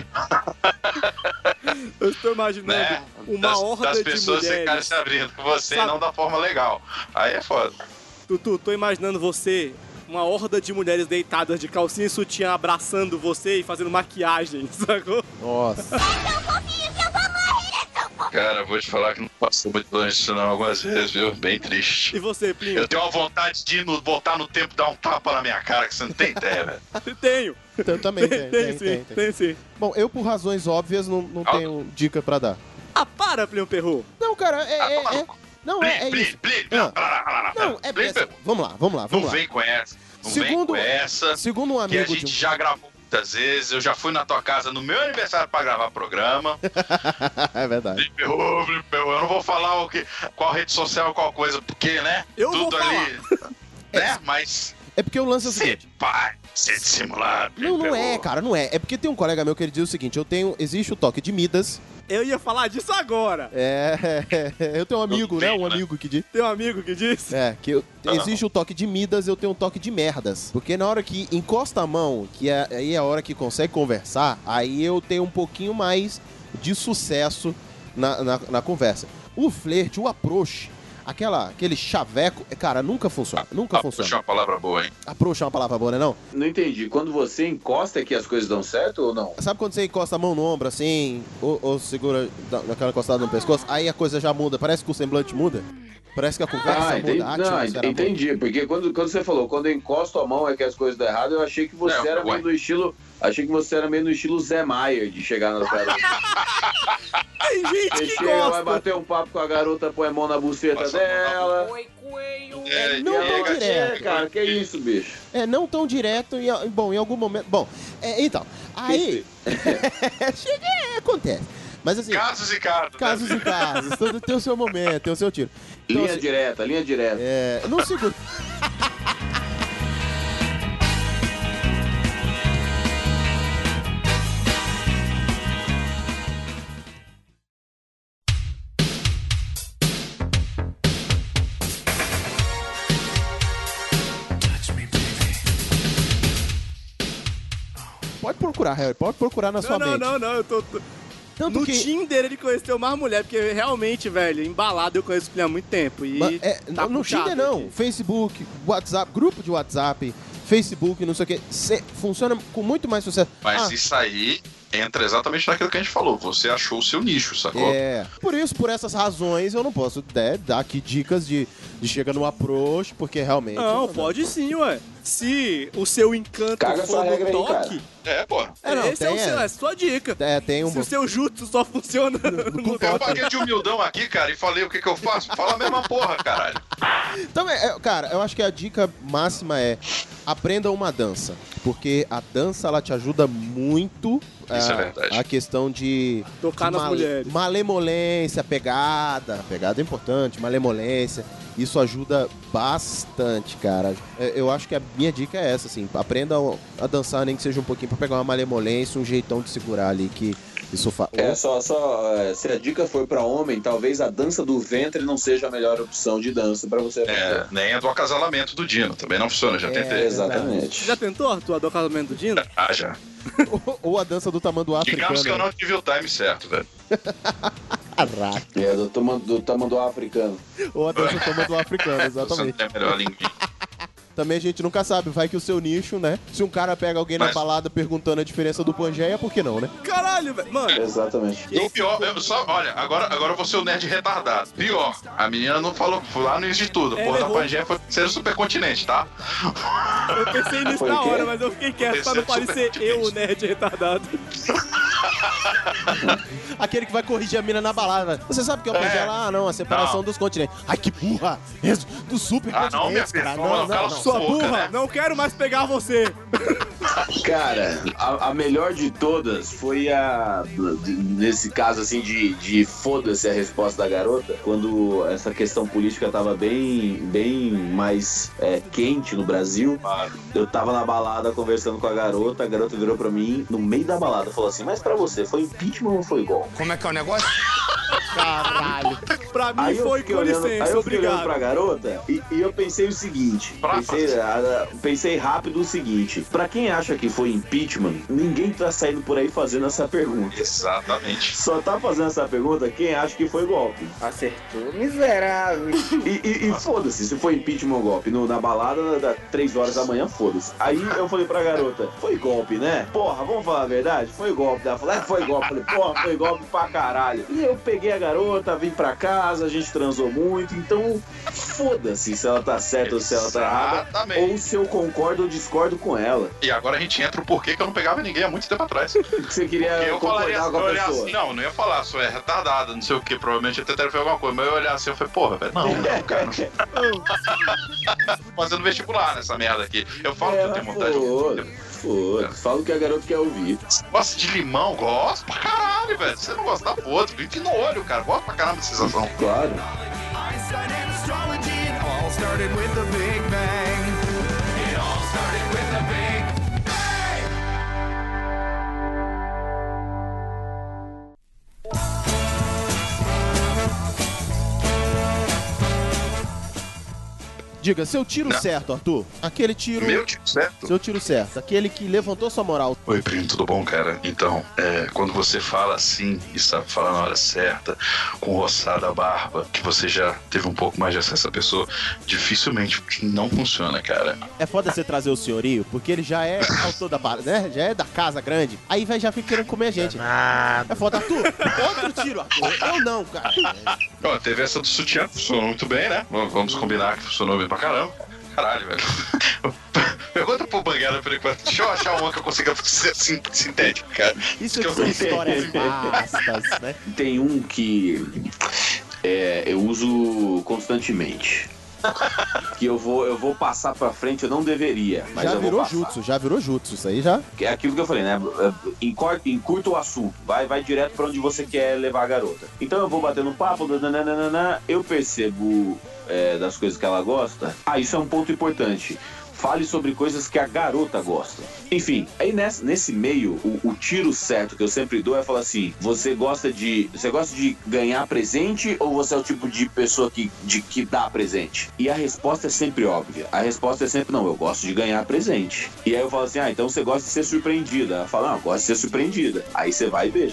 Eu estou imaginando né? uma das, horda das de pessoas mulheres. ficarem se abrindo com você Sabe? E não da forma legal. Aí é foda. Tutu, tô imaginando você, uma horda de mulheres deitadas de calcinha e sutiã abraçando você e fazendo maquiagem, sacou? Nossa. Cara, vou te falar que não passou muito longe disso não algumas vezes, viu? Bem triste. E você, Plinio? Eu tenho uma vontade de ir no, voltar no tempo e dar um tapa na minha cara que você não tem ideia, velho. Tenho. Eu também tenho. Tem, Tem, sim, tem, tem. tem sim. Bom, eu por razões óbvias não, não tenho dica pra dar. Ah, para, Plinio Perru. Não, cara, é... Ah, é, é... Não, é, é Blim, isso. Blim, Não, não, não, é bem assim. Vamos lá, vamos lá, vamos Não lá. vem com essa. Não Segundo- vem com essa. Segundo um Que a amigo gente de um- já gravou muitas vezes. Eu já fui na tua casa no meu aniversário pra gravar programa. É verdade. Eu, eu não vou falar o que, qual rede social, qual coisa, porque, né? Eu Tudo vou ali. Né? Mas. É porque o lance é o Ser seguinte. pai, ser dissimulado. Não, não é, cara, não é. É porque tem um colega meu que ele diz o seguinte, eu tenho... Existe o toque de Midas. Eu ia falar disso agora. É, eu tenho um amigo, né? Um amigo que diz... Tem um amigo que disse? É, que eu, existe o toque de Midas, eu tenho um toque de merdas. Porque na hora que encosta a mão, que é, aí é a hora que consegue conversar, aí eu tenho um pouquinho mais de sucesso na, na, na conversa. O flerte, o approach, aquela, aquele chaveco, cara, nunca funciona, nunca Approach funciona. é uma palavra boa, hein? Approach é uma palavra boa, né não? Não entendi. Quando você encosta é que as coisas dão certo ou não? Sabe quando você encosta a mão no ombro assim, ou, ou segura da- naquela encostada no pescoço, aí a coisa já muda, parece que o semblante muda? Parece que a conversa Ah, entendi. muda, a Não, atmosfera muda. entendi. Porque quando, quando você falou, quando eu encosto a mão é que as coisas dão errado, eu achei que você É, era ué. meio no estilo. Achei que você era meio no estilo Zé Maier, de chegar na cara. Tem gente Você que chega, vai gosta. bater um papo com a garota, põe a mão na buceta Passa a mão na dela. É, não e tão aí, gatinha, direto. É, cara, que isso, bicho? É, não tão direto, e, bom, em algum momento... Bom, é, então, aí... Chega, acontece. Mas assim, Casos e casos. né? casos e casos, tudo tem o seu momento, tem o seu tiro. Então, Linha assim, direta, linha direta. é, no segundo... Pode procurar, Harry, pode procurar na sua Não, não, mente. não, não, eu tô... tô- Tanto no que... Tinder ele conheceu mais mulher, porque realmente, velho, embalado eu conheço ele há muito tempo. E Ma- é, tá no puxado Tinder não, aqui. Facebook, WhatsApp, grupo de WhatsApp, Facebook, não sei o que, funciona com muito mais sucesso. Mas Ah, isso aí entra exatamente naquilo que a gente falou. Você achou o seu nicho, sacou? É, por isso, por essas razões, eu não posso né, dar aqui dicas de, de chega no approach, porque realmente... Não, pode sim, ué. Se o seu encanto Caga essa for no regra aí, toque, É, pô. é, não, esse é, o tem, seu, é. é a sua dica. É, tem um... Se o seu jutsu só funciona no Eu toque. paguei de humildão aqui, cara, e falei o que que eu faço. Fala a mesma porra, caralho. Então, é, é, cara, eu acho que a dica máxima é aprenda uma dança, porque a dança, ela te ajuda muito... Isso a, é verdade. A questão de... Tocar de nas mulheres. Malemolência, pegada. Pegada é importante, malemolência. Isso ajuda bastante, cara. É, Eu acho que a minha dica é essa, assim. Aprenda a dançar, nem que seja um pouquinho, pra pegar uma malemolência, um jeitão de segurar ali, que isso faz... É, só, só é, se a dica for pra homem, talvez a dança do ventre não seja a melhor opção de dança pra você É, fazer. nem a do acasalamento do Dino. Também não funciona, já É, tentei. Exatamente. Já tentou, Arthur, do casamento do Dino? Ah, já. ou, ou a dança do tamanduá Digamos que eu africano. não tive o time certo, velho. Caraca. É, do, tama- do tamanduá africano. Ou a dança do tamanduá africano, Você não exatamente. tem a melhor linguinha. Também a gente nunca sabe, vai que o seu nicho, né? Se um cara pega alguém na Mas- balada perguntando a diferença do Pangeia, por que não, né? Caralho, velho. Mano, Exatamente. E o pior, eu só, olha, agora, agora eu vou ser o nerd retardado. Pior, a menina não falou, foi lá no início de tudo. É, Porra da errou. Pangeia foi ser o supercontinente, tá? eu pensei nisso Foi na o quê? hora, mas eu fiquei quieto pra não Esse é parecer super eu, o nerd retardado. Aquele que vai corrigir a mina na balada. Você sabe que é o P G L? Ah, não, a separação Não. dos continentes. Ai, que burra! Do super Ah, não, minha continentes, cara. pessoa, Não, não, cala não, a não. Sua boca, burra, né? não quero mais pegar você. Cara, a, a melhor de todas foi a. Nesse caso, assim, de, de foda-se a resposta da garota, quando essa questão política tava bem, bem mais é, quente no Brasil. Eu tava na balada conversando com a garota, a garota virou pra mim no meio da balada, falou assim: mas pra você, foi impeachment ou foi golpe? Como é que é o negócio? Caralho. Pra mim Aí eu foi fiquei com olhando, licença, aí eu fiquei olhando obrigado. pra garota e, e eu pensei o seguinte, pensei, ah, pensei rápido o seguinte, pra quem acha que foi impeachment, ninguém tá saindo por aí fazendo essa pergunta. Exatamente. Só tá fazendo essa pergunta quem acha que foi golpe. Acertou, miserável. E, e, e foda-se, se foi impeachment ou golpe, no, na balada das três horas da manhã, foda-se. Aí eu falei pra garota, foi golpe, né? Porra, vamos falar a verdade? Foi golpe. Ela falou, é, foi golpe. Eu falei, porra, foi golpe pra caralho. E eu peguei a garota, vim pra casa, a gente transou muito, então foda-se se ela tá certa ou se ela tá errada, Exatamente. ou se eu concordo ou discordo com ela. E agora a gente entra o porquê que eu não pegava ninguém há muito tempo atrás. Você queria Porque eu falaria concordar assim, com a eu olhar pessoa. assim, não, não ia falar, só é retardada, não sei o que, provavelmente até deve ver alguma coisa, mas eu ia olhar assim, eu falei, porra, velho, não, não, cara, não. Fazendo vestibular nessa merda aqui. Eu falo que eu tenho vontade Foda, de... foda. Fala o que a garota quer ouvir. Gosta de limão? Gosto pra caralho, velho. Se você não gostar, foda. Fique no olho, cara. Gosto pra caramba da sensação. Claro. I studied astrology. It all started with the Big Bang. It all started with the Big Bang. Diga, seu tiro Não. certo, Arthur. Aquele tiro... Meu tiro certo? Seu tiro certo. Aquele que levantou sua moral. Oi, primo, tudo bom, cara? Então, é, quando você fala assim e sabe falar na hora certa, com roçada a barba, que você já teve um pouco mais de acesso à pessoa, dificilmente não funciona, cara. É foda você trazer o senhorio, porque ele já é autor da parada, né? Já é da casa grande. Aí vai já fica querendo comer a gente. É foda, Arthur. Outro tiro, Arthur. Eu não, cara. Ó, teve essa do sutiã, funcionou muito bem, né? V- Vamos combinar que funcionou bem pra caramba. Caralho, velho. Pergunta pro Banguela por enquanto. Deixa eu achar uma que eu consiga ser sim- sintético, cara. Isso que são histórias vastas, né? Tem um que é, eu uso constantemente. Que eu vou, eu vou passar pra frente, eu não deveria, mas Já eu vou virou passar. jutsu, já virou jutsu. Isso aí já... É aquilo que eu falei, né? Encurta, encurta o assunto, vai, vai direto pra onde você quer levar a garota. Então eu vou batendo papo, nananana, eu percebo é, das coisas que ela gosta. Ah, isso é um ponto importante. Fale sobre coisas que a garota gosta. Enfim, aí nessa, nesse meio, o, o tiro certo que eu sempre dou é falar assim: você gosta de. Você gosta de ganhar presente ou você é o tipo de pessoa que, de, que dá presente? E a resposta é sempre óbvia. A resposta é sempre, não, eu gosto de ganhar presente. E aí eu falo assim, ah, então você gosta de ser surpreendida. Ela fala, não, eu gosto de ser surpreendida. Aí você vai e beija.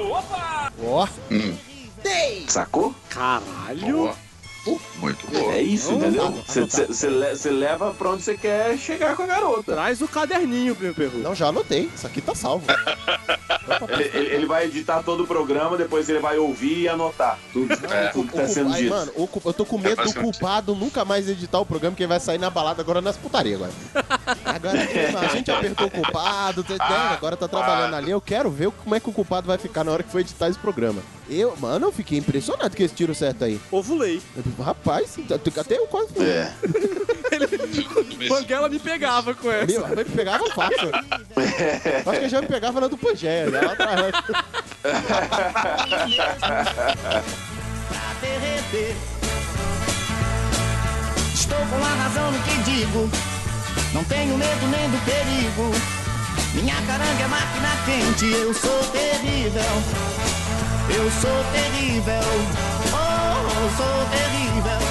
Ó. Hum. Sacou? Caralho. Boa. Muito boa. É isso, Não, entendeu? não, Você não, não, você le- você leva pra onde você quer chegar com a garota. Traz o caderninho, meu perro. Não, já anotei. Isso aqui tá salvo. Ele, ele- ele vai editar todo o programa, depois ele vai ouvir e anotar tudo, É. tudo que tá sendo Ai, dito. mano, o cu- eu tô com medo do basicamente culpado nunca mais editar o programa, que ele vai sair na balada agora nas putarias agora. Agora a gente apertou o culpado, tá entendendo? Agora tá trabalhando ali. Eu quero ver como é que o culpado vai ficar na hora que for editar esse programa. Eu, mano, eu fiquei impressionado com esse tiro certo aí. Ovulei. Rapaz, até eu quase fui. É. Banguela me pegava com essa. Meu, me pegava fácil. Acho que já me pegava na do Pangeia, né? Lá atrás. Pra derreter. Estou com a razão no que digo. Não tenho medo nem do perigo. Minha caranga é máquina quente. Eu sou terrível. Eu sou terrível. Oh, eu sou terrível.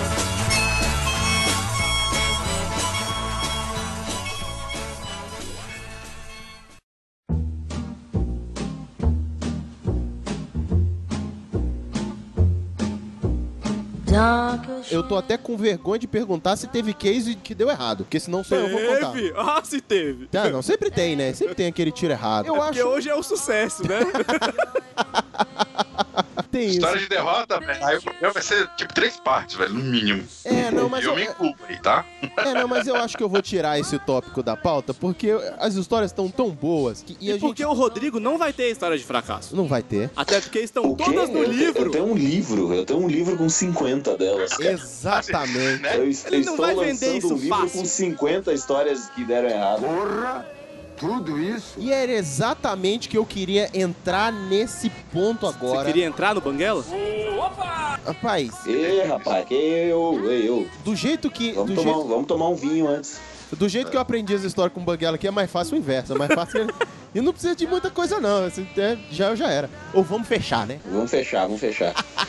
Eu tô até com vergonha de perguntar se teve case que deu errado, porque senão só eu vou contar. Teve? Ah, se teve. Tá, não, sempre tem, né? Sempre tem aquele tiro errado. Eu É porque acho. hoje é o sucesso, né? tem isso. História de derrota, velho. Aí o programa vai ser tipo três partes, velho, no mínimo. É, não, mas eu, eu me incluo aí, tá? É, não, mas eu acho que eu vou tirar esse tópico da pauta, porque as histórias estão tão boas que... E, e a porque gente... o Rodrigo não vai ter história de fracasso. Não vai ter. Até porque estão todas no eu livro. Tenho, eu tenho um livro, eu tenho um livro com cinquenta delas, cara. Exatamente. Eu, eu Ele estou não vai vender isso um livro fácil. com cinquenta histórias que deram errado. Porra! Tudo isso? E era exatamente que eu queria entrar nesse ponto agora. Você queria entrar no Banguela? Opa! Rapaz. Ei, rapaz, que eu, eu. Do jeito que... Vamos, do tomar, jeito... vamos tomar um vinho antes. Do jeito que eu aprendi as histórias com o Banguela aqui, é mais fácil o inverso. É mais fácil... E não precisa de muita coisa, não. Assim, é, já, já era. Ou vamos fechar, né? Vamos fechar, vamos fechar.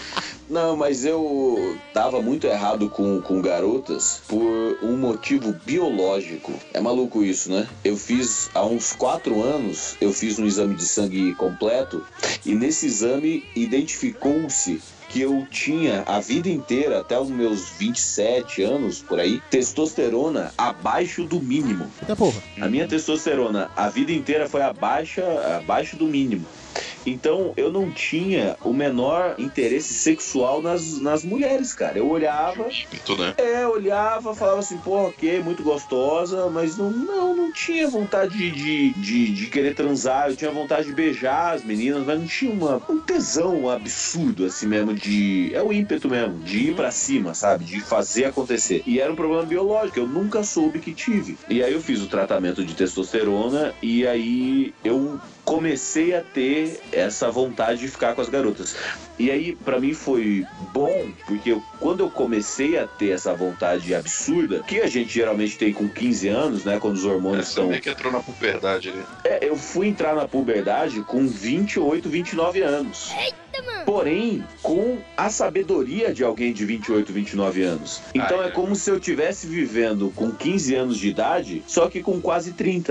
Não, mas eu tava muito errado com, com garotas por um motivo biológico. É maluco isso, né? Eu fiz, há uns quatro anos, eu fiz um exame de sangue completo e nesse exame identificou-se que eu tinha a vida inteira, até os meus vinte e sete anos, por aí, testosterona abaixo do mínimo. É, porra. A minha testosterona a vida inteira foi abaixo, abaixo do mínimo. Então, eu não tinha o menor interesse sexual nas, nas mulheres, cara. Eu olhava... Né? É, olhava, falava assim, pô, ok, muito gostosa, mas não, não, não tinha vontade de, de, de, de querer transar. Eu tinha vontade de beijar as meninas, mas não tinha uma, um tesão absurdo, assim mesmo, de... É o ímpeto mesmo, de ir pra cima, sabe? De fazer acontecer. E era um problema biológico, eu nunca soube que tive. E aí eu fiz o tratamento de testosterona e aí eu... comecei a ter essa vontade de ficar com as garotas. E aí, pra mim foi bom, porque eu, quando eu comecei a ter essa vontade absurda, que a gente geralmente tem com quinze anos, né, quando os hormônios estão... Você que entrou na puberdade ali. É, eu fui entrar na puberdade com vinte e oito, vinte e nove anos. Eita, mano! Porém, com a sabedoria de alguém de vinte e oito, vinte e nove anos. Então Ai, é como se eu estivesse vivendo com quinze anos de idade, só que com quase trinta.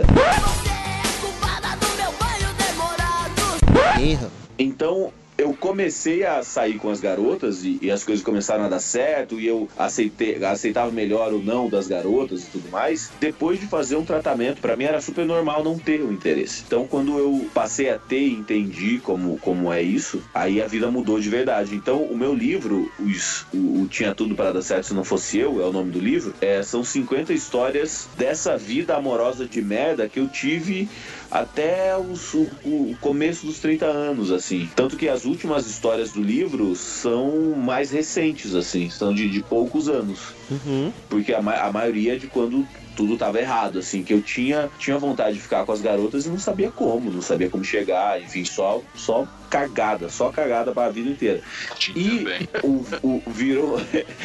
Erra. Então eu comecei a sair com as garotas e, e as coisas começaram a dar certo e eu aceitei, aceitava melhor o não das garotas e tudo mais. Depois de fazer um tratamento, pra mim era super normal não ter o interesse. Então quando eu passei a ter e entendi como, como é isso, aí a vida mudou de verdade. Então o meu livro, os, o, o Tinha Tudo Para Dar Certo Se Não Fosse Eu, é o nome do livro, é, são cinquenta histórias dessa vida amorosa de merda que eu tive até os, o, o começo dos trinta anos, assim. Tanto que as últimas histórias do livro são mais recentes, assim. São de, de poucos anos. Uhum. Porque a, a maioria é de quando tudo tava errado, assim. Que eu tinha, tinha vontade de ficar com as garotas e não sabia como. Não sabia como chegar. Enfim, só... só cagada, só cagada para a vida inteira. E o, o virou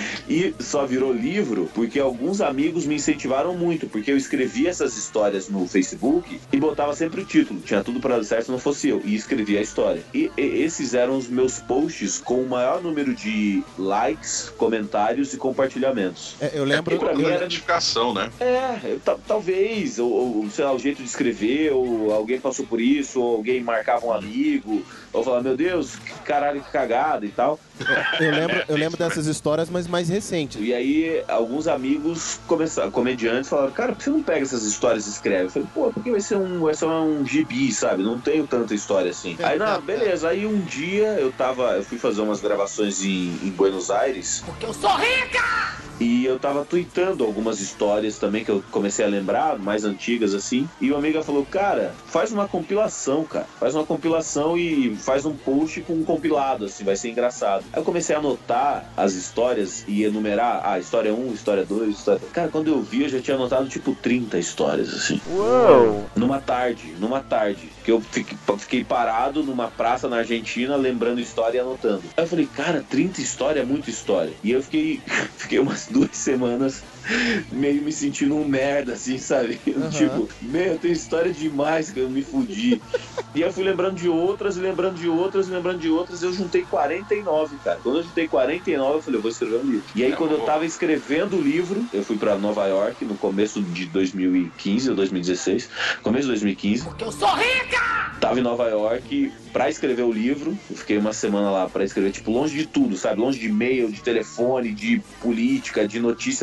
e só virou livro porque alguns amigos me incentivaram muito, porque eu escrevia essas histórias no Facebook e botava sempre o título, Tinha Tudo Para Dar Certo Se Não Fosse Eu, e escrevia a história. E, e esses eram os meus posts com o maior número de likes, comentários e compartilhamentos. É, eu lembro... É pra mim era notificação, né? É, eu, talvez, ou, ou sei lá, o jeito de escrever, ou alguém passou por isso, ou alguém marcava um amigo, ou falar, meu Deus, que caralho, que cagada e tal. Eu lembro, eu lembro dessas histórias, mas mais recentes. E aí, alguns amigos começaram, comediantes falaram, cara, por que você não pega essas histórias e escreve? Eu falei, pô, porque vai ser um, vai ser um gibi, sabe? Não tenho tanta história assim. Aí, não, beleza. Aí um dia eu tava, eu fui fazer umas gravações em, em Buenos Aires. Porque eu sou rica! E eu tava tweetando algumas histórias também que eu comecei a lembrar, mais antigas assim. E uma amiga falou, cara, faz uma compilação, cara. Faz uma compilação e faz um post com um compilado, assim, vai ser engraçado. Aí eu comecei a anotar as histórias e enumerar, ah, história um, história dois, história... Cara, quando eu vi, eu já tinha anotado tipo trinta histórias, assim. Uou! Numa tarde, numa tarde. Que eu fiquei, fiquei parado numa praça na Argentina, lembrando história e anotando. Aí eu falei, cara, trinta histórias é muita história. E eu fiquei, fiquei umas duas semanas meio me sentindo um merda, assim, sabe? Uhum. Tipo, meu, tem história demais que eu me fudi. E eu fui lembrando de outras, lembrando de outras, lembrando de outras. Eu juntei quarenta e nove, cara. Quando eu juntei quarenta e nove, eu falei, eu vou escrever um livro. E aí, quando eu tava escrevendo o livro, eu fui pra Nova York no começo de dois mil e quinze ou dois mil e dezesseis. Começo de dois mil e quinze. Porque eu sou rica! Tava em Nova York pra escrever o livro. Eu fiquei uma semana lá pra escrever, tipo, longe de tudo, sabe? Longe de e-mail, de telefone, de política, de notícia do Brasil.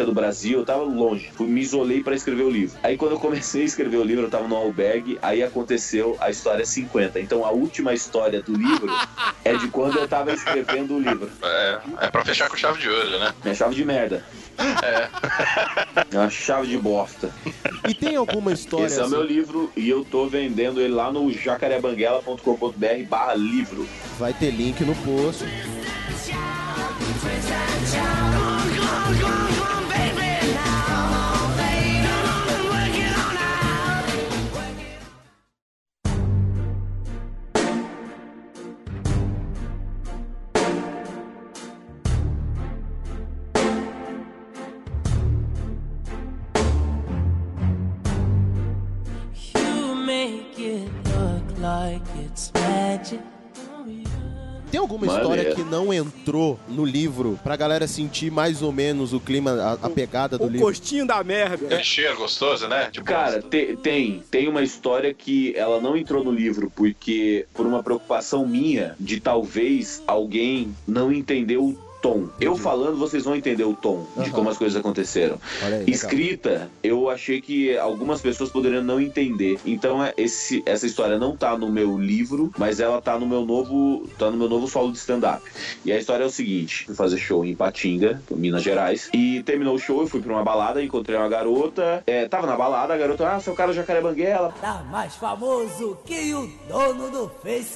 Brasil, eu tava longe. Fui, me isolei pra escrever o livro. Aí quando eu comecei a escrever o livro, eu tava no albergue, aí aconteceu a história cinquenta. Então a última história do livro é de quando eu tava escrevendo o livro. É, é pra fechar com chave de ouro, né? É chave de merda. É. É uma chave de bosta. E tem alguma história Esse é o assim? meu livro e eu tô vendendo ele lá no jacarebanguela ponto com ponto b r barra livro. Vai ter link no post. Tem alguma Maneiro. história que não entrou no livro pra galera sentir mais ou menos o clima, a, a pegada do O livro? gostinho da merda. Aquele cheiro gostoso, né? Tipo, Cara, te- tem. Tem uma história que ela não entrou no livro porque por uma preocupação minha de talvez alguém não entender o tom. Eu falando, vocês vão entender o tom de Uhum. como as coisas aconteceram. Olha aí, legal. Escrita, eu achei que algumas pessoas poderiam não entender. Então é, esse, essa história não tá no meu livro, mas ela tá no meu novo, tá no meu novo solo de stand-up. E a história é o seguinte: fui fazer show em Ipatinga, Minas Gerais, e terminou o show, eu fui pra uma balada, encontrei uma garota, é, tava na balada, a garota, ah, seu cara Jacarebanguela. Tá mais famoso que o dono do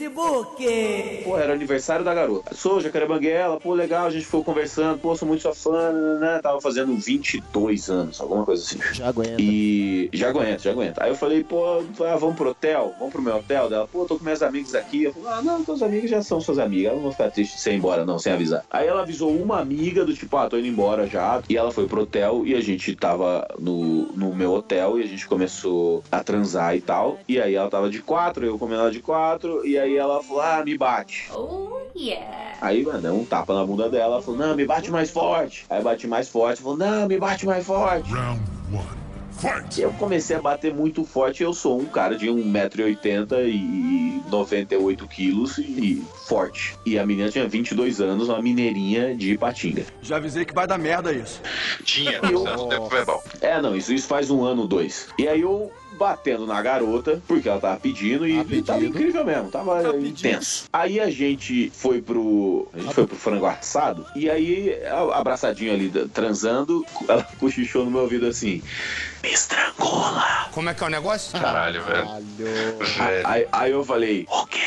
Facebook. Pô, era aniversário da garota. Sou Jacarebanguela, pô, legal, a gente ficou conversando, pô, sou muito sua fã, né? Tava fazendo vinte e dois anos, alguma coisa assim. Já aguenta. E já aguenta, já aguenta. Aí eu falei, pô, ah, vamos pro hotel? Vamos pro meu hotel? Dela, pô, tô com meus amigos aqui. Eu falei, ah, não, teus amigos já são suas amigas, elas não vão ficar tristes de você ir embora, não, sem avisar. Aí ela avisou uma amiga do tipo, ah, tô indo embora já. E ela foi pro hotel e a gente tava no, no meu hotel e a gente começou a transar e tal. E aí ela tava de quatro, eu comendo ela de quatro. E aí ela falou, ah, me bate. Oh, yeah. Aí, mano, deu um tapa na bunda dela. Ela falou, não, me bate mais forte. Aí eu bati mais forte. Falou, não, me bate mais forte. Round one. Fight! Eu comecei a bater muito forte. Eu sou um cara de um metro e oitenta e noventa e oito quilos e forte. E a menina tinha vinte e dois anos, uma mineirinha de Ipatinga. Já avisei que vai dar merda isso. Tinha, Eu- no tempo verbal. É, não, isso, isso faz um ano, dois. E aí eu batendo na garota, porque ela tava pedindo e, Tá e tava pedido. incrível mesmo, tava intenso. Aí a gente foi pro. A gente foi pro frango assado e aí, a- abraçadinho ali, da- transando, ela cochichou no meu ouvido assim: me estrangula. Como é que é o negócio? Caralho, velho. Velho. Aí, aí eu falei, o quê?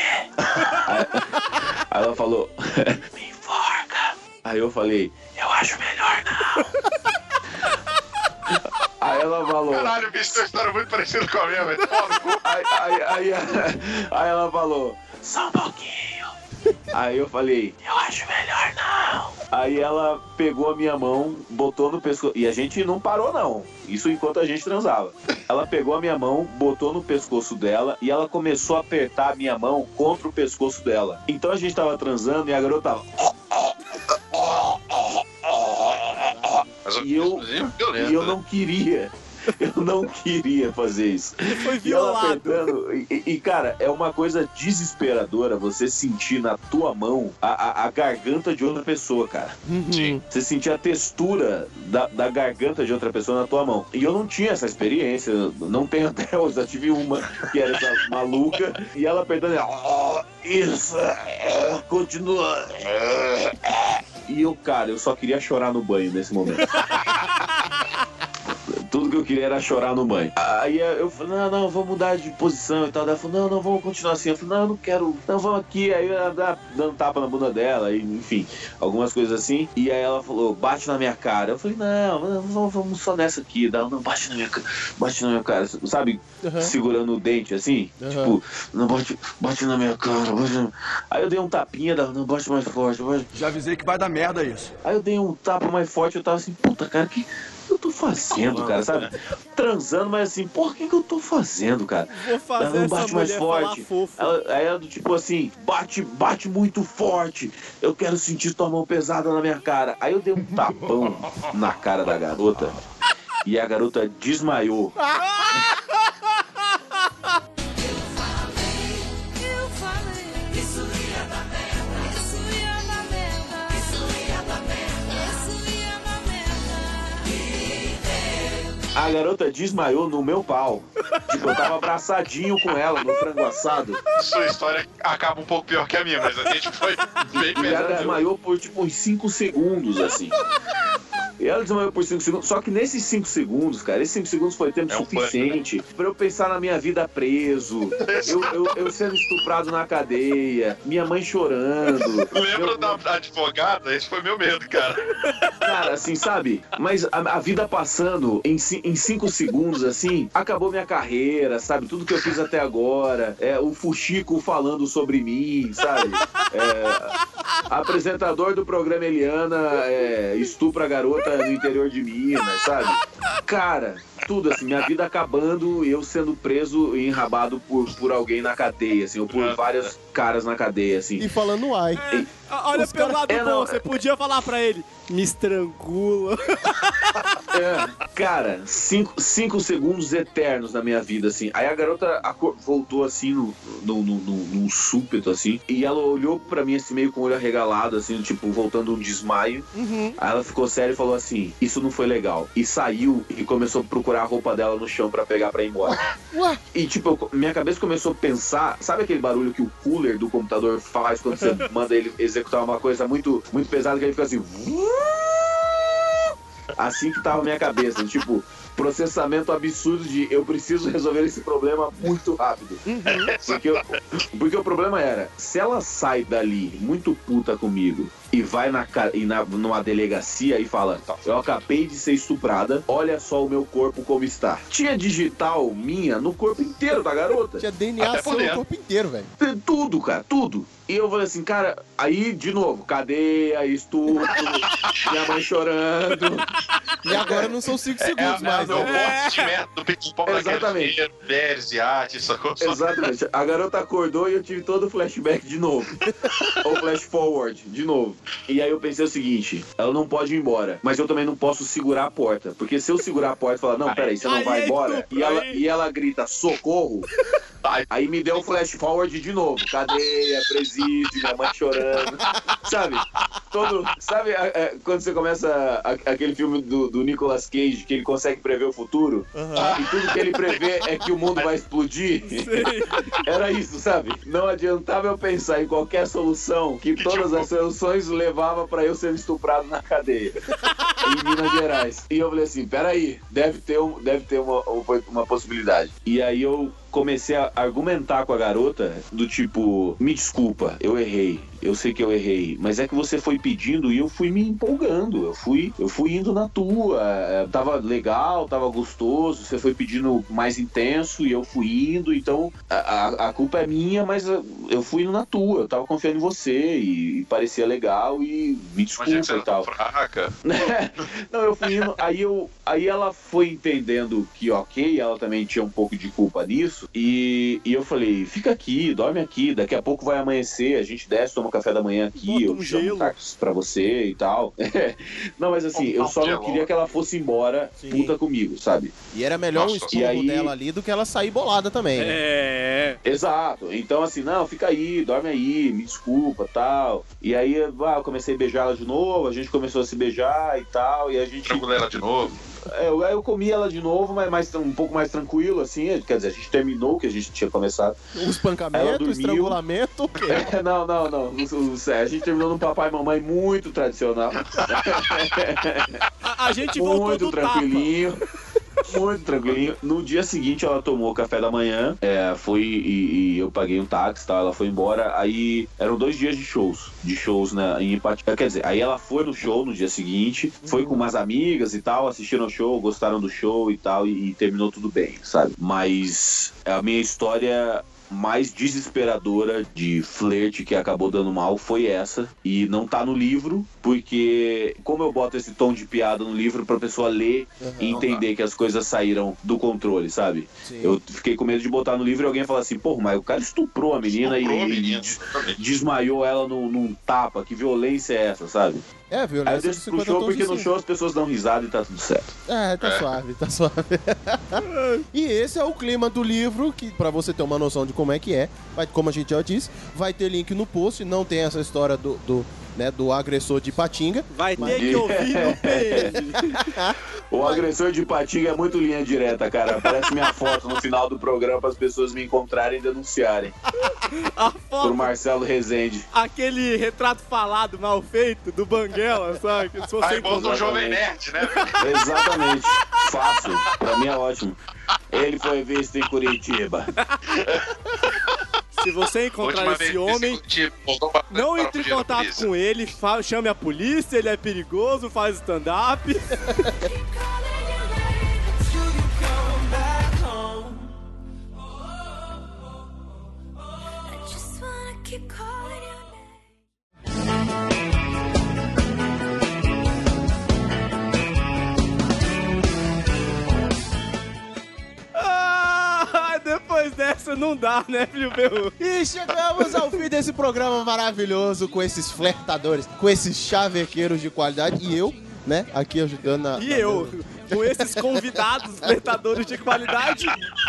Aí, aí ela falou, me enforca. Aí eu falei, eu acho melhor não. Aí ela falou. Caralho, bicho, tem uma história muito parecida com a minha, velho. Aí, aí, aí, aí ela falou, só um pouquinho. Aí eu falei, eu acho melhor não. Aí ela pegou a minha mão, botou no pescoço. E a gente não parou, não. Isso enquanto a gente transava. Ela pegou a minha mão, botou no pescoço dela e ela começou a apertar a minha mão contra o pescoço dela. Então a gente tava transando e a garota tava. Mas o E eu, violento, e eu né? não queria. Eu não queria fazer isso. Foi E ela violado. apertando. E, e- e, cara, é uma coisa desesperadora você sentir na tua mão a, a, a garganta de outra pessoa, cara. Sim. Você sentir a textura da, da garganta de outra pessoa na tua mão. E eu não tinha essa experiência, não tenho até hoje. Já tive uma que era essa maluca. E ela apertando. E ela, "Oh, isso, é, continua. E eu, cara, eu só queria chorar no banho nesse momento. Tudo que eu queria era chorar no banho. Aí eu falei, não, não, vamos mudar de posição e tal. Ela falou, não, não, vamos continuar assim. Eu falei, não, eu não quero, não, vamos aqui. Aí ela dá- dando tapa na bunda dela, e, enfim, algumas coisas assim. E aí ela falou, bate na minha cara. Eu falei, não, não, vamos, vamos só nessa aqui. Ela, não, bate na minha cara, bate na minha cara. Sabe, Uhum. segurando o dente assim? Uhum. Tipo, não, bate, bate na minha cara. Bate na... Aí eu dei um tapinha, dela, não, bate mais forte, bate. Já avisei que vai dar merda isso. Aí eu dei um tapa mais forte, eu tava assim, puta, cara, que eu tô fazendo, cara, sabe? Transando, mas assim, porra, o que que eu tô fazendo, cara? Vou fazer Ela não essa bate mais mulher forte. falar fofo. Ela, aí ela do tipo assim, bate, bate muito forte. Eu quero sentir tua mão pesada na minha cara. Aí eu dei um tapão na cara da garota e a garota desmaiou. Eu falei, isso ia dar merda, isso ia dar merda, isso ia dar merda, isso ia dar merda. A garota desmaiou no meu pau. Tipo, eu tava abraçadinho com ela no frango assado. Sua história acaba um pouco pior que a minha, mas a gente foi bem E ela pesado. desmaiou por tipo uns cinco segundos, assim. E ela desmaiou por cinco segundos. Só que nesses cinco segundos, cara, esses cinco segundos foi tempo É um suficiente pra eu pensar na minha vida preso, eu, eu, eu sendo estuprado na cadeia, minha mãe chorando. Lembra meu- da advogada? Esse foi meu medo, cara. Cara, assim, sabe? Mas a, a vida passando em, ci- em cinco segundos, assim, acabou minha carreira, sabe? Tudo que eu fiz até agora. É, o Fuxico falando sobre mim, sabe? É, apresentador do programa Eliana é, estupra a garota no interior de Minas, sabe? Cara, tudo assim, minha vida acabando e eu sendo preso e enrabado por, por alguém na cadeia, assim, ou por vários caras na cadeia, assim. E falando uai. É, olha Os pelo cara- lado É, bom, não, você é- podia falar pra ele, me estrangula. É, cara, cinco, cinco segundos eternos na minha vida, assim. Aí a garota acor- voltou assim no, no, no, no, num súbito, assim. E ela olhou pra mim assim, meio com o olho arregalado, assim, tipo, voltando um desmaio. Uhum. Aí ela ficou séria e falou assim: isso não foi legal. E saiu e começou a procurar a roupa dela no chão pra pegar pra ir embora. Ué? E tipo, eu- minha cabeça começou a pensar, sabe aquele barulho que o cooler do computador faz quando você manda ele executar uma coisa muito, muito pesada, que ele fica assim. Assim que tava a minha cabeça, tipo, processamento absurdo de eu preciso resolver esse problema muito rápido. Porque, eu- porque o problema era, se ela sai dali muito puta comigo e vai na, ca- e na, numa delegacia e fala, eu acabei de ser estuprada, olha só o meu corpo como está. Tinha digital minha no corpo inteiro da garota. Tinha D N A seu no corpo inteiro, velho. Tudo, cara, tudo. E eu falei assim, cara, aí de novo, cadeia, estupro, minha mãe chorando. E agora não são cinco segundos É, é mais, o meu né? forte do pique-pau Exatamente. daquele Pérez e Arte, sacou? Exatamente. A garota acordou e eu tive todo o flashback de novo. Ou flash forward, de novo. E aí eu pensei o seguinte, ela não pode ir embora, mas eu também não posso segurar a porta. Porque se eu segurar a porta e falar, não, peraí, você não Aí vai é embora, estupro, e ela, aí. e ela grita, socorro, aí me deu o flash forward de novo. Cadeia, presídio, minha mãe chorando. Sabe? Todo. Sabe a- a- quando você começa a- aquele filme do, do Nicolas Cage, que ele consegue prever o futuro? E tudo que ele prevê é que o mundo vai explodir? Era isso, sabe? Não adiantava eu pensar em qualquer solução, que todas as soluções levavam pra eu ser estuprado na cadeia. Em Minas Gerais. E eu falei assim, peraí, deve ter, um, deve ter uma, uma possibilidade. E aí eu comecei a argumentar com a garota do tipo, me desculpa, eu errei, eu sei que eu errei, mas é que você foi pedindo e eu fui me empolgando, eu fui, eu fui indo na tua, é, tava legal, tava gostoso, você foi pedindo mais intenso e eu fui indo, então a, a, a culpa é minha, mas eu fui indo na tua, eu tava confiando em você e, e parecia legal e me desculpa Imagina que você e tal. tá fraca. Não, eu fui indo, aí, eu, aí ela foi entendendo que ok, ela também tinha um pouco de culpa nisso, e, e eu falei, fica aqui, dorme aqui, daqui a pouco vai amanhecer, a gente desce, toma café da manhã aqui, Bota eu um chamo gelo. um táxi pra você e tal. Não, mas assim, eu só não queria que ela fosse embora Sim. puta comigo, sabe? E era melhor um Nossa, esporro e aí- dela ali do que ela sair bolada também. né? É. Exato. Então, assim, não, fica aí, dorme aí, me desculpa, tal. E aí, ah, eu comecei a beijar ela de novo, a gente começou a se beijar e tal, e a gente... Triangulei ela de novo. É, eu, aí eu comi ela de novo, mas mais, um pouco mais tranquilo, assim, quer dizer, a gente terminou o que a gente tinha começado. O Ela espancamento, o dormiu. estrangulamento, o quê? É, não, não, não, o- o- a gente terminou num papai e mamãe muito tradicional. A, a gente voltou Muito do tapa. tranquilinho. Muito tranquilinho. No dia seguinte ela tomou café da manhã, é, foi e, e eu paguei um táxi e tal, ela foi embora. Aí eram dois dias de shows, de shows na, em Ipatinga. Quer dizer, aí ela foi no show no dia seguinte, foi com umas amigas e tal, assistiram o show, gostaram do show e tal, e, e terminou tudo bem, sabe? Mas a minha história mais desesperadora de flerte que acabou dando mal foi essa, e não tá no livro, porque como eu boto esse tom de piada no livro pra pessoa ler e entender que as coisas saíram do controle, sabe? Sim. Eu fiquei com medo de botar no livro e alguém falar assim, pô, mas o cara estuprou a menina Estuprou e, a menina, e des- exatamente. desmaiou ela num, num tapa, que violência é essa, sabe? É, Aí eu violência deixo de pro cinquenta show tons porque de no cinza. show as pessoas dão risada e tá tudo certo. É, tá suave, tá suave. E esse é o clima do livro, que pra você ter uma noção de como é que é, vai, como a gente já disse, vai ter link no post, não tem essa história do, do, né, do agressor de Patinga. Vai ter que ouvir no P M. O agressor de Patinga é muito linha direta, cara. Aparece minha foto no final do programa para as pessoas me encontrarem e denunciarem. A foto... Por Marcelo Rezende. Aquele retrato falado, mal feito, do Banguela, sabe? Se você Aí encontrar... do Jovem Nerd, né? Exatamente. Fácil. Pra mim é ótimo. Ele foi visto em Curitiba. Se você encontrar esse homem, não entre em contato com ele, fala, chame a polícia, ele é perigoso, faz stand-up. Depois dessa não dá, né, filho meu? E chegamos ao fim desse programa maravilhoso com esses flertadores, com esses chavequeiros de qualidade. E eu, né, aqui ajudando na... E eu, com esses convidados flertadores de qualidade,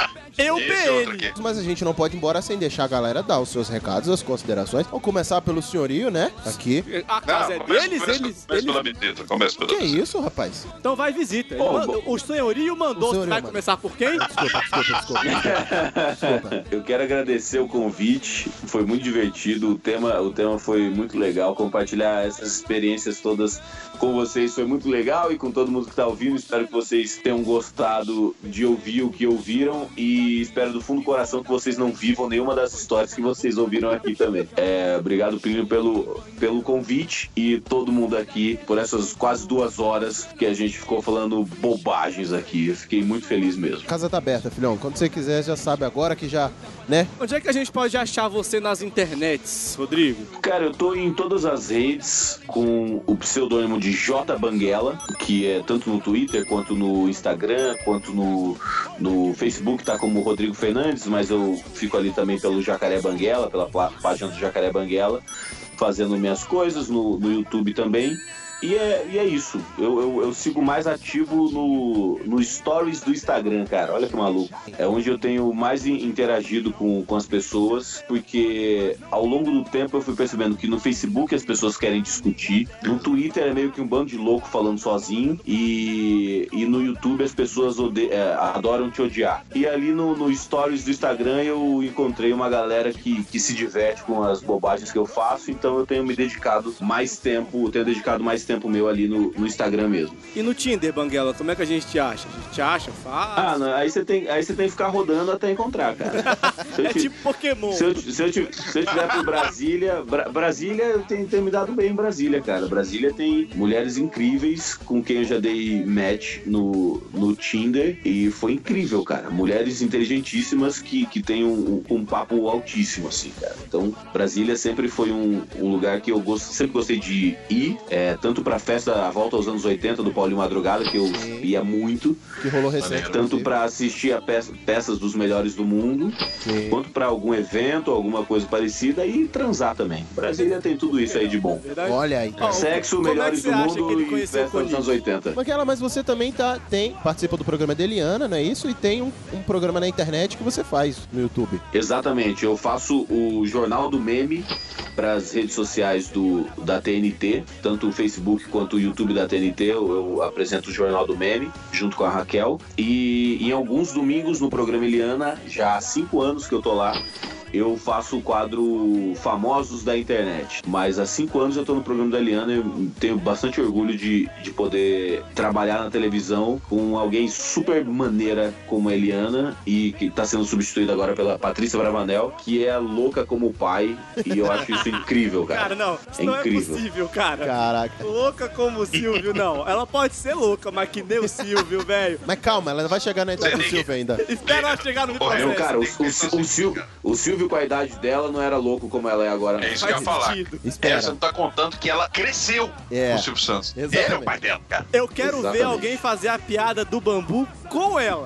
eu P N. Mas a gente não pode ir embora sem deixar a galera dar os seus recados, as considerações. Vamos começar pelo senhorio, né? Aqui. A casa é deles, começa, eles... Começa eles... pela visita, começa pela Que visita. isso, rapaz? Então vai visita. Oh, manda... O senhorio mandou, o senhorio vai manda. começar por quem? Desculpa, desculpa, desculpa. desculpa. Eu quero agradecer o convite, foi muito divertido, o tema, o tema foi muito legal, compartilhar essas experiências todas com vocês foi muito legal e com todo mundo que está ouvindo. Espero que vocês tenham gostado de ouvir o que ouviram e espero do fundo do coração que vocês não vivam nenhuma das histórias que vocês ouviram aqui também. É, obrigado, Plínio, pelo, pelo convite e todo mundo aqui por essas quase duas horas que a gente ficou falando bobagens aqui. Eu fiquei muito feliz mesmo. Casa tá aberta, filhão. Quando você quiser, já sabe agora que já, né? Onde é que a gente pode achar você nas internets, Rodrigo? Cara, eu tô em todas as redes com o pseudônimo de J Banguela, que é tanto no Twitter quanto no Instagram, quanto no, no Facebook, tá como Rodrigo Fernandes, mas eu fico ali também pelo Jacaré Banguela, pela página do Jacaré Banguela, fazendo minhas coisas, no, no YouTube também. E é, e é isso, eu, eu, eu sigo mais ativo no, no Stories do Instagram, cara, olha que maluco. É onde eu tenho mais interagido com, com as pessoas, porque ao longo do tempo eu fui percebendo que no Facebook as pessoas querem discutir, no Twitter é meio que um bando de louco falando sozinho, e, e no YouTube as pessoas ode- é, adoram te odiar. E ali no, no Stories do Instagram eu encontrei uma galera que, que se diverte com as bobagens que eu faço, então eu tenho me dedicado mais tempo, tenho dedicado mais tempo meu ali no, no Instagram mesmo. E no Tinder, Banguela, como é que a gente te acha? A gente te acha? Faz? Ah, não, aí você tem, aí você tem que ficar rodando até encontrar, cara. É te... tipo Pokémon. Se eu, se eu, se eu estiver por Brasília, Bra- Brasília tem, tem me dado bem em Brasília, cara. Brasília tem mulheres incríveis com quem eu já dei match no, no Tinder e foi incrível, cara. Mulheres inteligentíssimas que, que têm um, um, um papo altíssimo, assim, cara. Então, Brasília sempre foi um, um lugar que eu gost, sempre gostei de ir, é, tanto pra festa, a volta aos anos oitenta do Paulinho Madrugada, que eu Sim. ia muito. Que rolou recente. Tanto pra assistir a peça, peças dos melhores do mundo, Sim. quanto pra algum evento, alguma coisa parecida e transar também. Brasília tem tudo isso aí de bom. Verdade? Olha aí. Sexo, Como melhores é do mundo e festa dos anos oitenta. Maquela, mas você também tá, tem, participa do programa da Eliana, não é isso? E tem um, um programa na internet que você faz no YouTube. Exatamente. Eu faço o Jornal do Meme para as redes sociais do, da T N T, tanto o Facebook quanto o YouTube da T N T, eu, eu apresento o Jornal do Meme, junto com a Raquel, e em alguns domingos no programa Eliana, já há cinco anos que eu tô lá, eu faço o quadro Famosos da Internet. Mas há cinco anos eu tô no programa da Eliana e eu tenho bastante orgulho de, de poder trabalhar na televisão com alguém super maneira como a Eliana e que tá sendo substituída agora pela Patrícia Bravanel, que é louca como o pai, e eu acho isso incrível, cara. Cara, não, isso é não incrível. é possível, cara. Caraca. Louca como o Silvio, não. Ela pode ser louca, mas que nem o Silvio, velho. Mas calma, ela vai chegar na idade do Silvio ainda. Espera ela chegar no processo. Não, cara, o, o, o, Silvio, o Silvio com a idade dela não era louco como ela é agora. É isso que eu ia falar. Espera. É, você não tá contando que ela cresceu é. com o Silvio Santos. Exatamente. Era o pai dela, cara. Eu quero Exatamente. ver alguém fazer a piada do bambu com ela.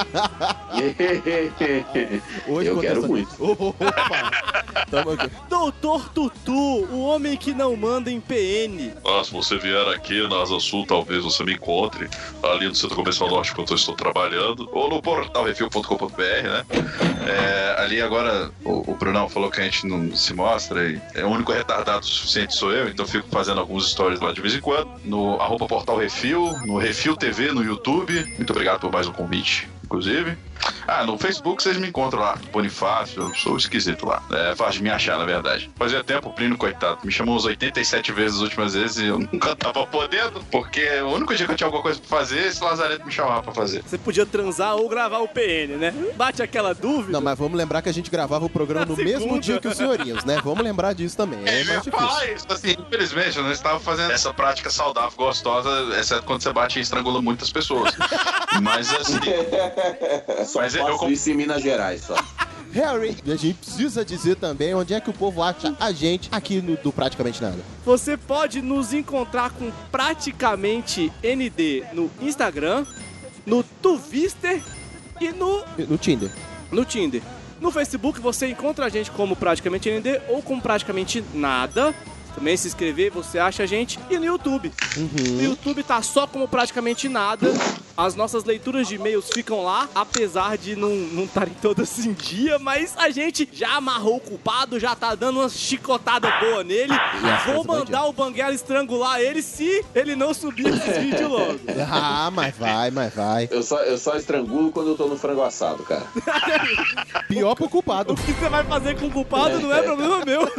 Hoje eu quero essa... muito. Opa. Tamo aqui. Doutor Tutu, o homem que não manda em P N. Ah, se você vier aqui na Asa Sul, talvez você me encontre ali no Centro Comercial Norte, enquanto eu estou trabalhando, ou no portal refil ponto com ponto b r, né? É, ali agora o, o Brunão falou que a gente não se mostra e é o único retardado suficiente sou eu, então fico fazendo alguns stories lá de vez em quando. No arroba Portal Refil, no Refil T V, no YouTube. Muito obrigado por mais um convite, inclusive. Ah, no Facebook vocês me encontram lá, Bonifácio, eu sou esquisito lá. É fácil de me achar, na verdade. Fazia tempo, o Plínio, coitado, me chamou uns oitenta e sete vezes as últimas vezes e eu nunca tava podendo, porque o único dia que eu tinha alguma coisa pra fazer, esse Lazarento me chamava pra fazer. Você podia transar ou gravar o P N, né? Bate aquela dúvida. Não, mas vamos lembrar que a gente gravava o programa no segunda. mesmo dia que os senhorinhos, né? Vamos lembrar disso também. É, É, eu mais ia difícil. falar isso, assim, infelizmente eu não estava fazendo essa prática saudável, gostosa, exceto quando você bate e estrangula muitas pessoas. Mas assim... Só mas faço eu... isso em Minas Gerais, só. Harry, a gente precisa dizer também onde é que o povo acha a gente aqui no do Praticamente Nada. Você pode nos encontrar com Praticamente N D no Instagram, no Twitter e no... No Tinder. No Tinder. No Facebook você encontra a gente como Praticamente N D ou como Praticamente Nada. Também se inscrever, você acha a gente. E no YouTube. Uhum. No YouTube tá só como Praticamente Nada. As nossas leituras de e-mails ficam lá, apesar de não estarem todas em dia, mas a gente já amarrou o culpado, já tá dando uma chicotada boa nele. Vou mandar o Banguela estrangular ele se ele não subir esses vídeos logo. Ah, mas vai, mas vai. Eu só, eu só estrangulo quando eu tô no frango assado, cara. Pior pro culpado. O que você vai fazer com o culpado não é problema meu.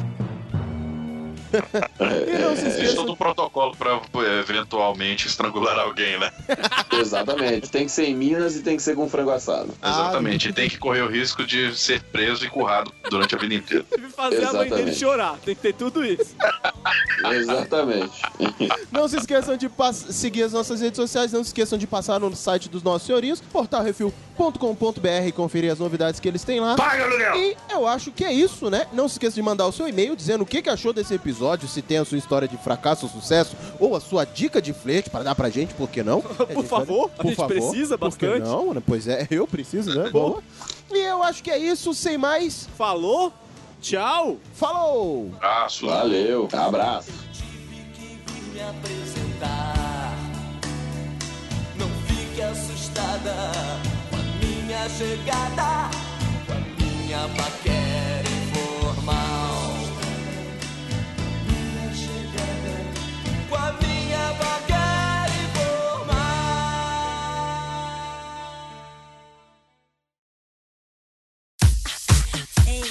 E não se Existe todo um protocolo pra eventualmente estrangular alguém, né? Exatamente. Tem que ser em Minas e tem que ser com frango assado. Exatamente. E tem que correr o risco de ser preso e currado durante a vida inteira. E fazer a mãe dele chorar. Tem que ter tudo isso. Exatamente. Não se esqueçam de seguir as nossas redes sociais, não se esqueçam de passar no site dos nossos senhorios, portal refil ponto com ponto b r, e conferir as novidades que eles têm lá. Paga, aluguel! E eu acho que é isso, né? Não se esqueça de mandar o seu e-mail dizendo o que, que achou desse episódio, se tem a sua história de fracasso ou sucesso, ou a sua dica de flerte para dar pra gente, por que não? Por favor, por a gente favor, precisa por que bastante. não, né? Pois é, eu preciso, né? Boa. E eu acho que é isso, sem mais. Falou, tchau. Falou. Abraço. Valeu, abraço. Me apresentar. Não fique assustada com a minha chegada, com a minha paquera informal. Minha chegada, com a minha paquera informal. Ei.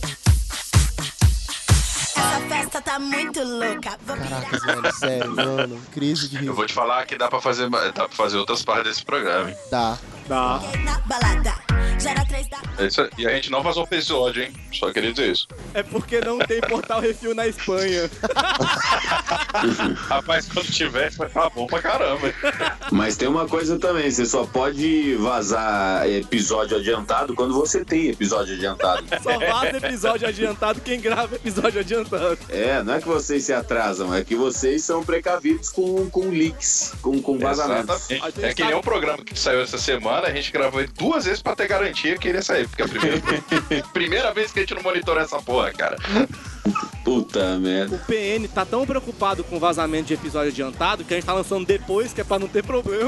Essa festa tá muito louca. Vou Caraca, velho, sério, mano. Crise de riso. Eu vou te falar que dá pra fazer, dá pra fazer outras partes desse programa, hein? Dá. Dá. na balada. Já era três da... É isso aí. E a gente não vazou pro episódio, hein? Só queria dizer isso. É porque não tem Portal Refil na Espanha. Rapaz, quando tiver, vai ficar bom pra caramba. Mas tem uma coisa também, você só pode vazar episódio adiantado quando você tem episódio adiantado. Só vaza episódio adiantado quem grava episódio adiantado. É, não é que vocês se atrasam, é que vocês são precavidos com, com leaks, com, com vazamentos. Exatamente. É que nem um programa que saiu essa semana, a gente gravou ele duas vezes pra ter garantia que ele ia sair, porque é a primeira, primeira vez que a gente não monitora essa porra, cara. Puta merda. O P N tá tão preocupado com vazamento de episódio adiantado que a gente tá lançando depois, que é pra não ter problema.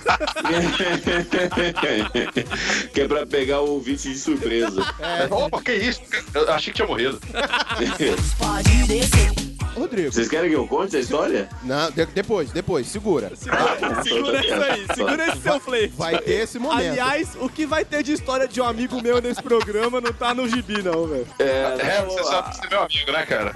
Que é pra pegar o ouvinte de surpresa. É. Opa, que isso? Eu achei que tinha morrido. Pode descer. Rodrigo. Vocês querem que eu conte a história? Não, de- depois, depois, segura. Segura, segura isso aí, segura esse seu flerte. Vai ter esse momento. Aliás, o que vai ter de história de um amigo meu nesse programa não tá no gibi, não, velho. É, É, você sabe que você é meu amigo, né, cara?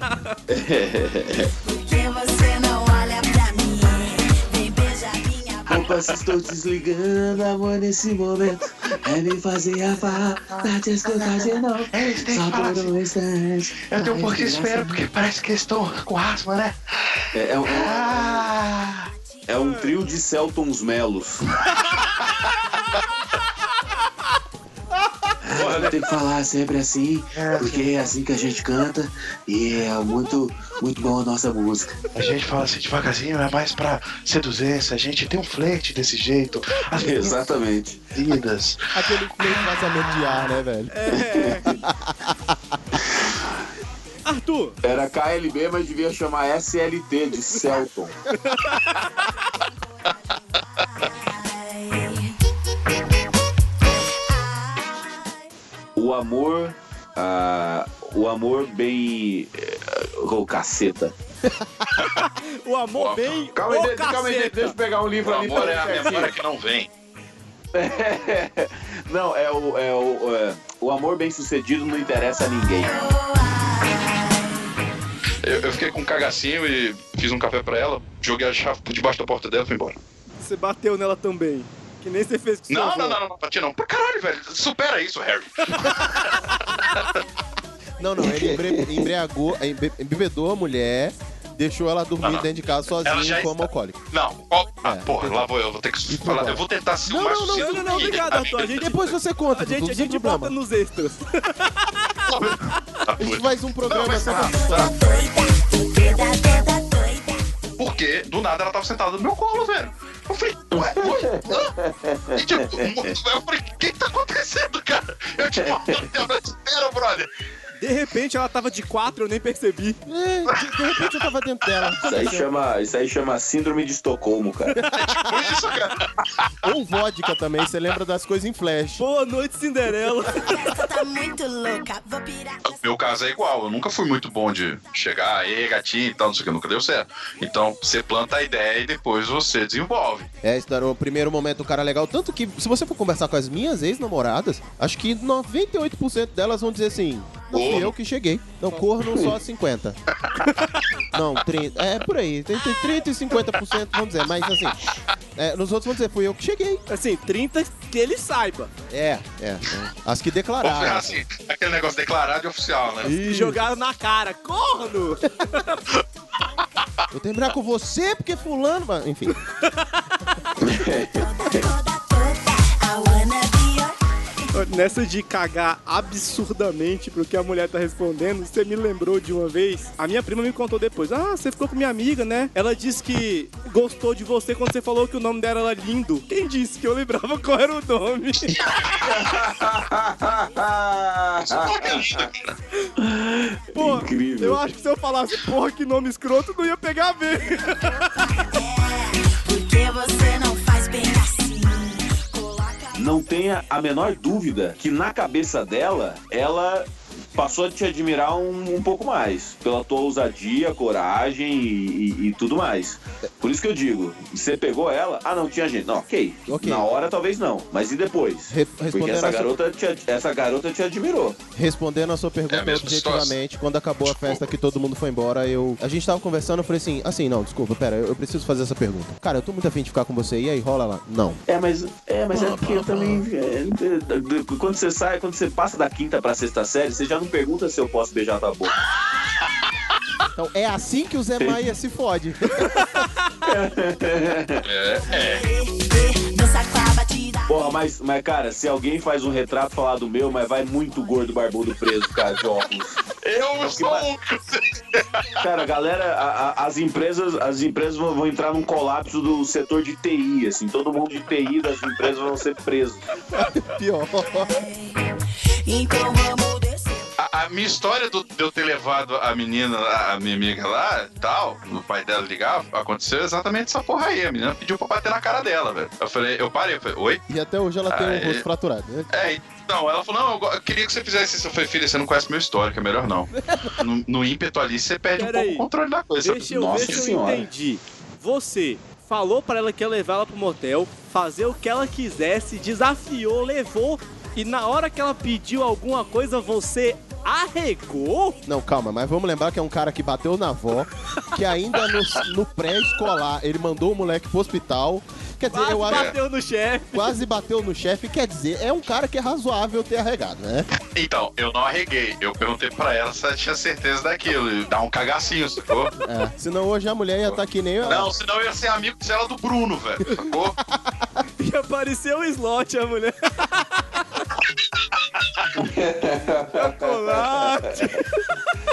Porque você não olha pra mim. Vem beijar minha boca. Opa, se estou desligando, amor, nesse momento. É me fazer a farra, pra te escutar de novo. Só por um instante. Eu tenho um pouco de espero, porque parece que estou com asma, né? É, é, um, é um trio de Celtons Melos. Tem que falar sempre assim, porque é assim que a gente canta e é muito, muito bom a nossa música. A gente fala assim devagarzinho, é mais pra seduzência, a gente tem um flerte desse jeito. As Exatamente. vidas. Aquele flerte vazamento de ar, né, velho? É. Arthur. Era K L B, mas devia chamar S L T de Celton. amor... Ah, o amor bem... Ô, oh, caceta. O amor bem... Calma aí, deixa, calma aí, deixa eu pegar um livro o ali. O amor é a memória que não vem. Não, é o, é, o, é o amor bem sucedido não interessa a ninguém. Eu, eu fiquei com um cagacinho e fiz um café pra ela, joguei a chave por debaixo da porta dela e fui embora. Você bateu nela também. Que nem você fez com não, seu não, avô. não, não, não, bati não. Pra caralho, velho. Supera isso, Harry. Não, não, ele embre- embriagou, embe- embebedou a mulher, deixou ela dormir Não, não. dentro de casa sozinha já como está- alcoólico. Não, ó, ah, É, porra, entendi. lá vou eu, vou ter que E falar. foi Eu vou tentar ser o Não, mais não, não, sucinto Não, não, não, possível, obrigado, tá? Arthur. A gente, Depois você conta, a gente, Dudu, a sem gente problema. bota nos extras. A gente faz um programa mas- só ah, pra... Porque, do nada, ela tava sentada no meu colo, velho. Eu falei, ué, ué, hã? E, tipo, eu falei, o que que tá acontecendo, cara? Eu, tipo, espera, brother. De repente ela tava de quatro, eu nem percebi. É, de, de repente eu tava dentro dela. Isso aí chama, isso aí chama síndrome de Estocolmo, cara. Tipo isso, cara. Ou vodka também, você lembra das coisas em flash. Boa noite, Cinderela. Tá muito louca, vou pirar. Meu caso é igual, eu nunca fui muito bom de chegar, aí gatinho e tal, não sei o que, nunca deu certo. Então, você planta a ideia e depois você desenvolve. É, esse era o primeiro momento do cara legal. Tanto que, se você for conversar com as minhas ex-namoradas, acho que noventa e oito por cento delas vão dizer assim: não fui eu que cheguei. Não, corno só cinquenta por cento. Não, trinta. É, por aí. Tem tem trinta e cinquenta por cento, vamos dizer. Mas assim, é, nos outros vão dizer: fui eu que cheguei. Assim, trinta que ele saiba. É, é. é. As que Vamos declararam. ferrar assim, aquele negócio declarado e oficial, né? E jogaram na cara. Corno! Vou terminar com você porque fulano... Mas, enfim. Nessa de cagar absurdamente pro que a mulher tá respondendo, você me lembrou de uma vez, a minha prima me contou depois, ah, você ficou com minha amiga, né? Ela disse que gostou de você quando você falou que o nome dela era Lindo. Quem disse que eu lembrava qual era o nome? Pô, incrível. eu acho que se eu falasse, porra, que nome escroto, não ia pegar bem. Porque você não faz bem assim. Não tenha a menor dúvida que na cabeça dela, ela passou a te admirar um, um pouco mais. Pela tua ousadia, coragem e, e, e tudo mais. Por isso que eu digo, você pegou ela, ah não, tinha gente. Não, ok. Ok. Na hora talvez não, mas e depois? Re- Porque respondendo essa a sua- garota, te, essa garota te admirou. Respondendo a sua É pergunta a mesma objetivamente, quando acabou a festa que todo mundo foi embora, eu... A gente tava conversando, eu falei assim, assim, não, desculpa, pera, eu eu preciso fazer essa pergunta. Cara, eu tô muito afim de ficar com você, e aí, rola lá? Não. É, mas é, mas é porque eu também. é, é, quando você sai, quando você passa da quinta pra sexta série, você já não pergunta se eu posso beijar tua boca. Então, é assim que o Zé Maia se fode. É, é. Porra, mas, mas cara, se alguém faz um retrato falar do meu, mas vai muito gordo barbudo preso, cara, de óculos. Eu sou um... Cara, a galera, a, a, as empresas, as empresas vão, vão entrar num colapso do setor de T I, assim, todo mundo de T I das empresas vão ser presos. Pior. Então vamos descer. A, a minha história do, de eu ter levado a menina, a, a minha amiga lá e tal, o pai dela ligar, aconteceu exatamente essa porra aí. A menina pediu pra bater na cara dela, velho. Eu falei, eu parei, eu falei, oi? E até hoje ela tem Aí- o rosto fraturado, né? É, então, ela falou, não, eu, go- eu queria que você fizesse isso. Eu falei, filha, você não conhece meu histórico, é melhor não. No, no ímpeto ali, você perde um Pera pouco aí. o controle da coisa. Deixa eu Nossa ver se eu senhora. entendi. Você falou pra ela que ia levar ela pro motel, fazer o que ela quisesse, desafiou, levou, e na hora que ela pediu alguma coisa, você arregou? Não, calma, mas vamos lembrar que é um cara que bateu na avó, que ainda no, no pré-escolar ele mandou o moleque pro hospital. Quer dizer, Quase eu acho bateu no chefe. quase bateu no chefe. Quer dizer, é um cara que é razoável ter arregado, né? Então, eu não arreguei. Eu perguntei pra ela se ela tinha certeza daquilo. E dá um cagacinho, sacou? É. Senão hoje a mulher ia estar tá que nem ela. Não, senão eu ia ser amigo dela do Bruno, velho. Sacou? E apareceu o slot, a mulher. Chocolate.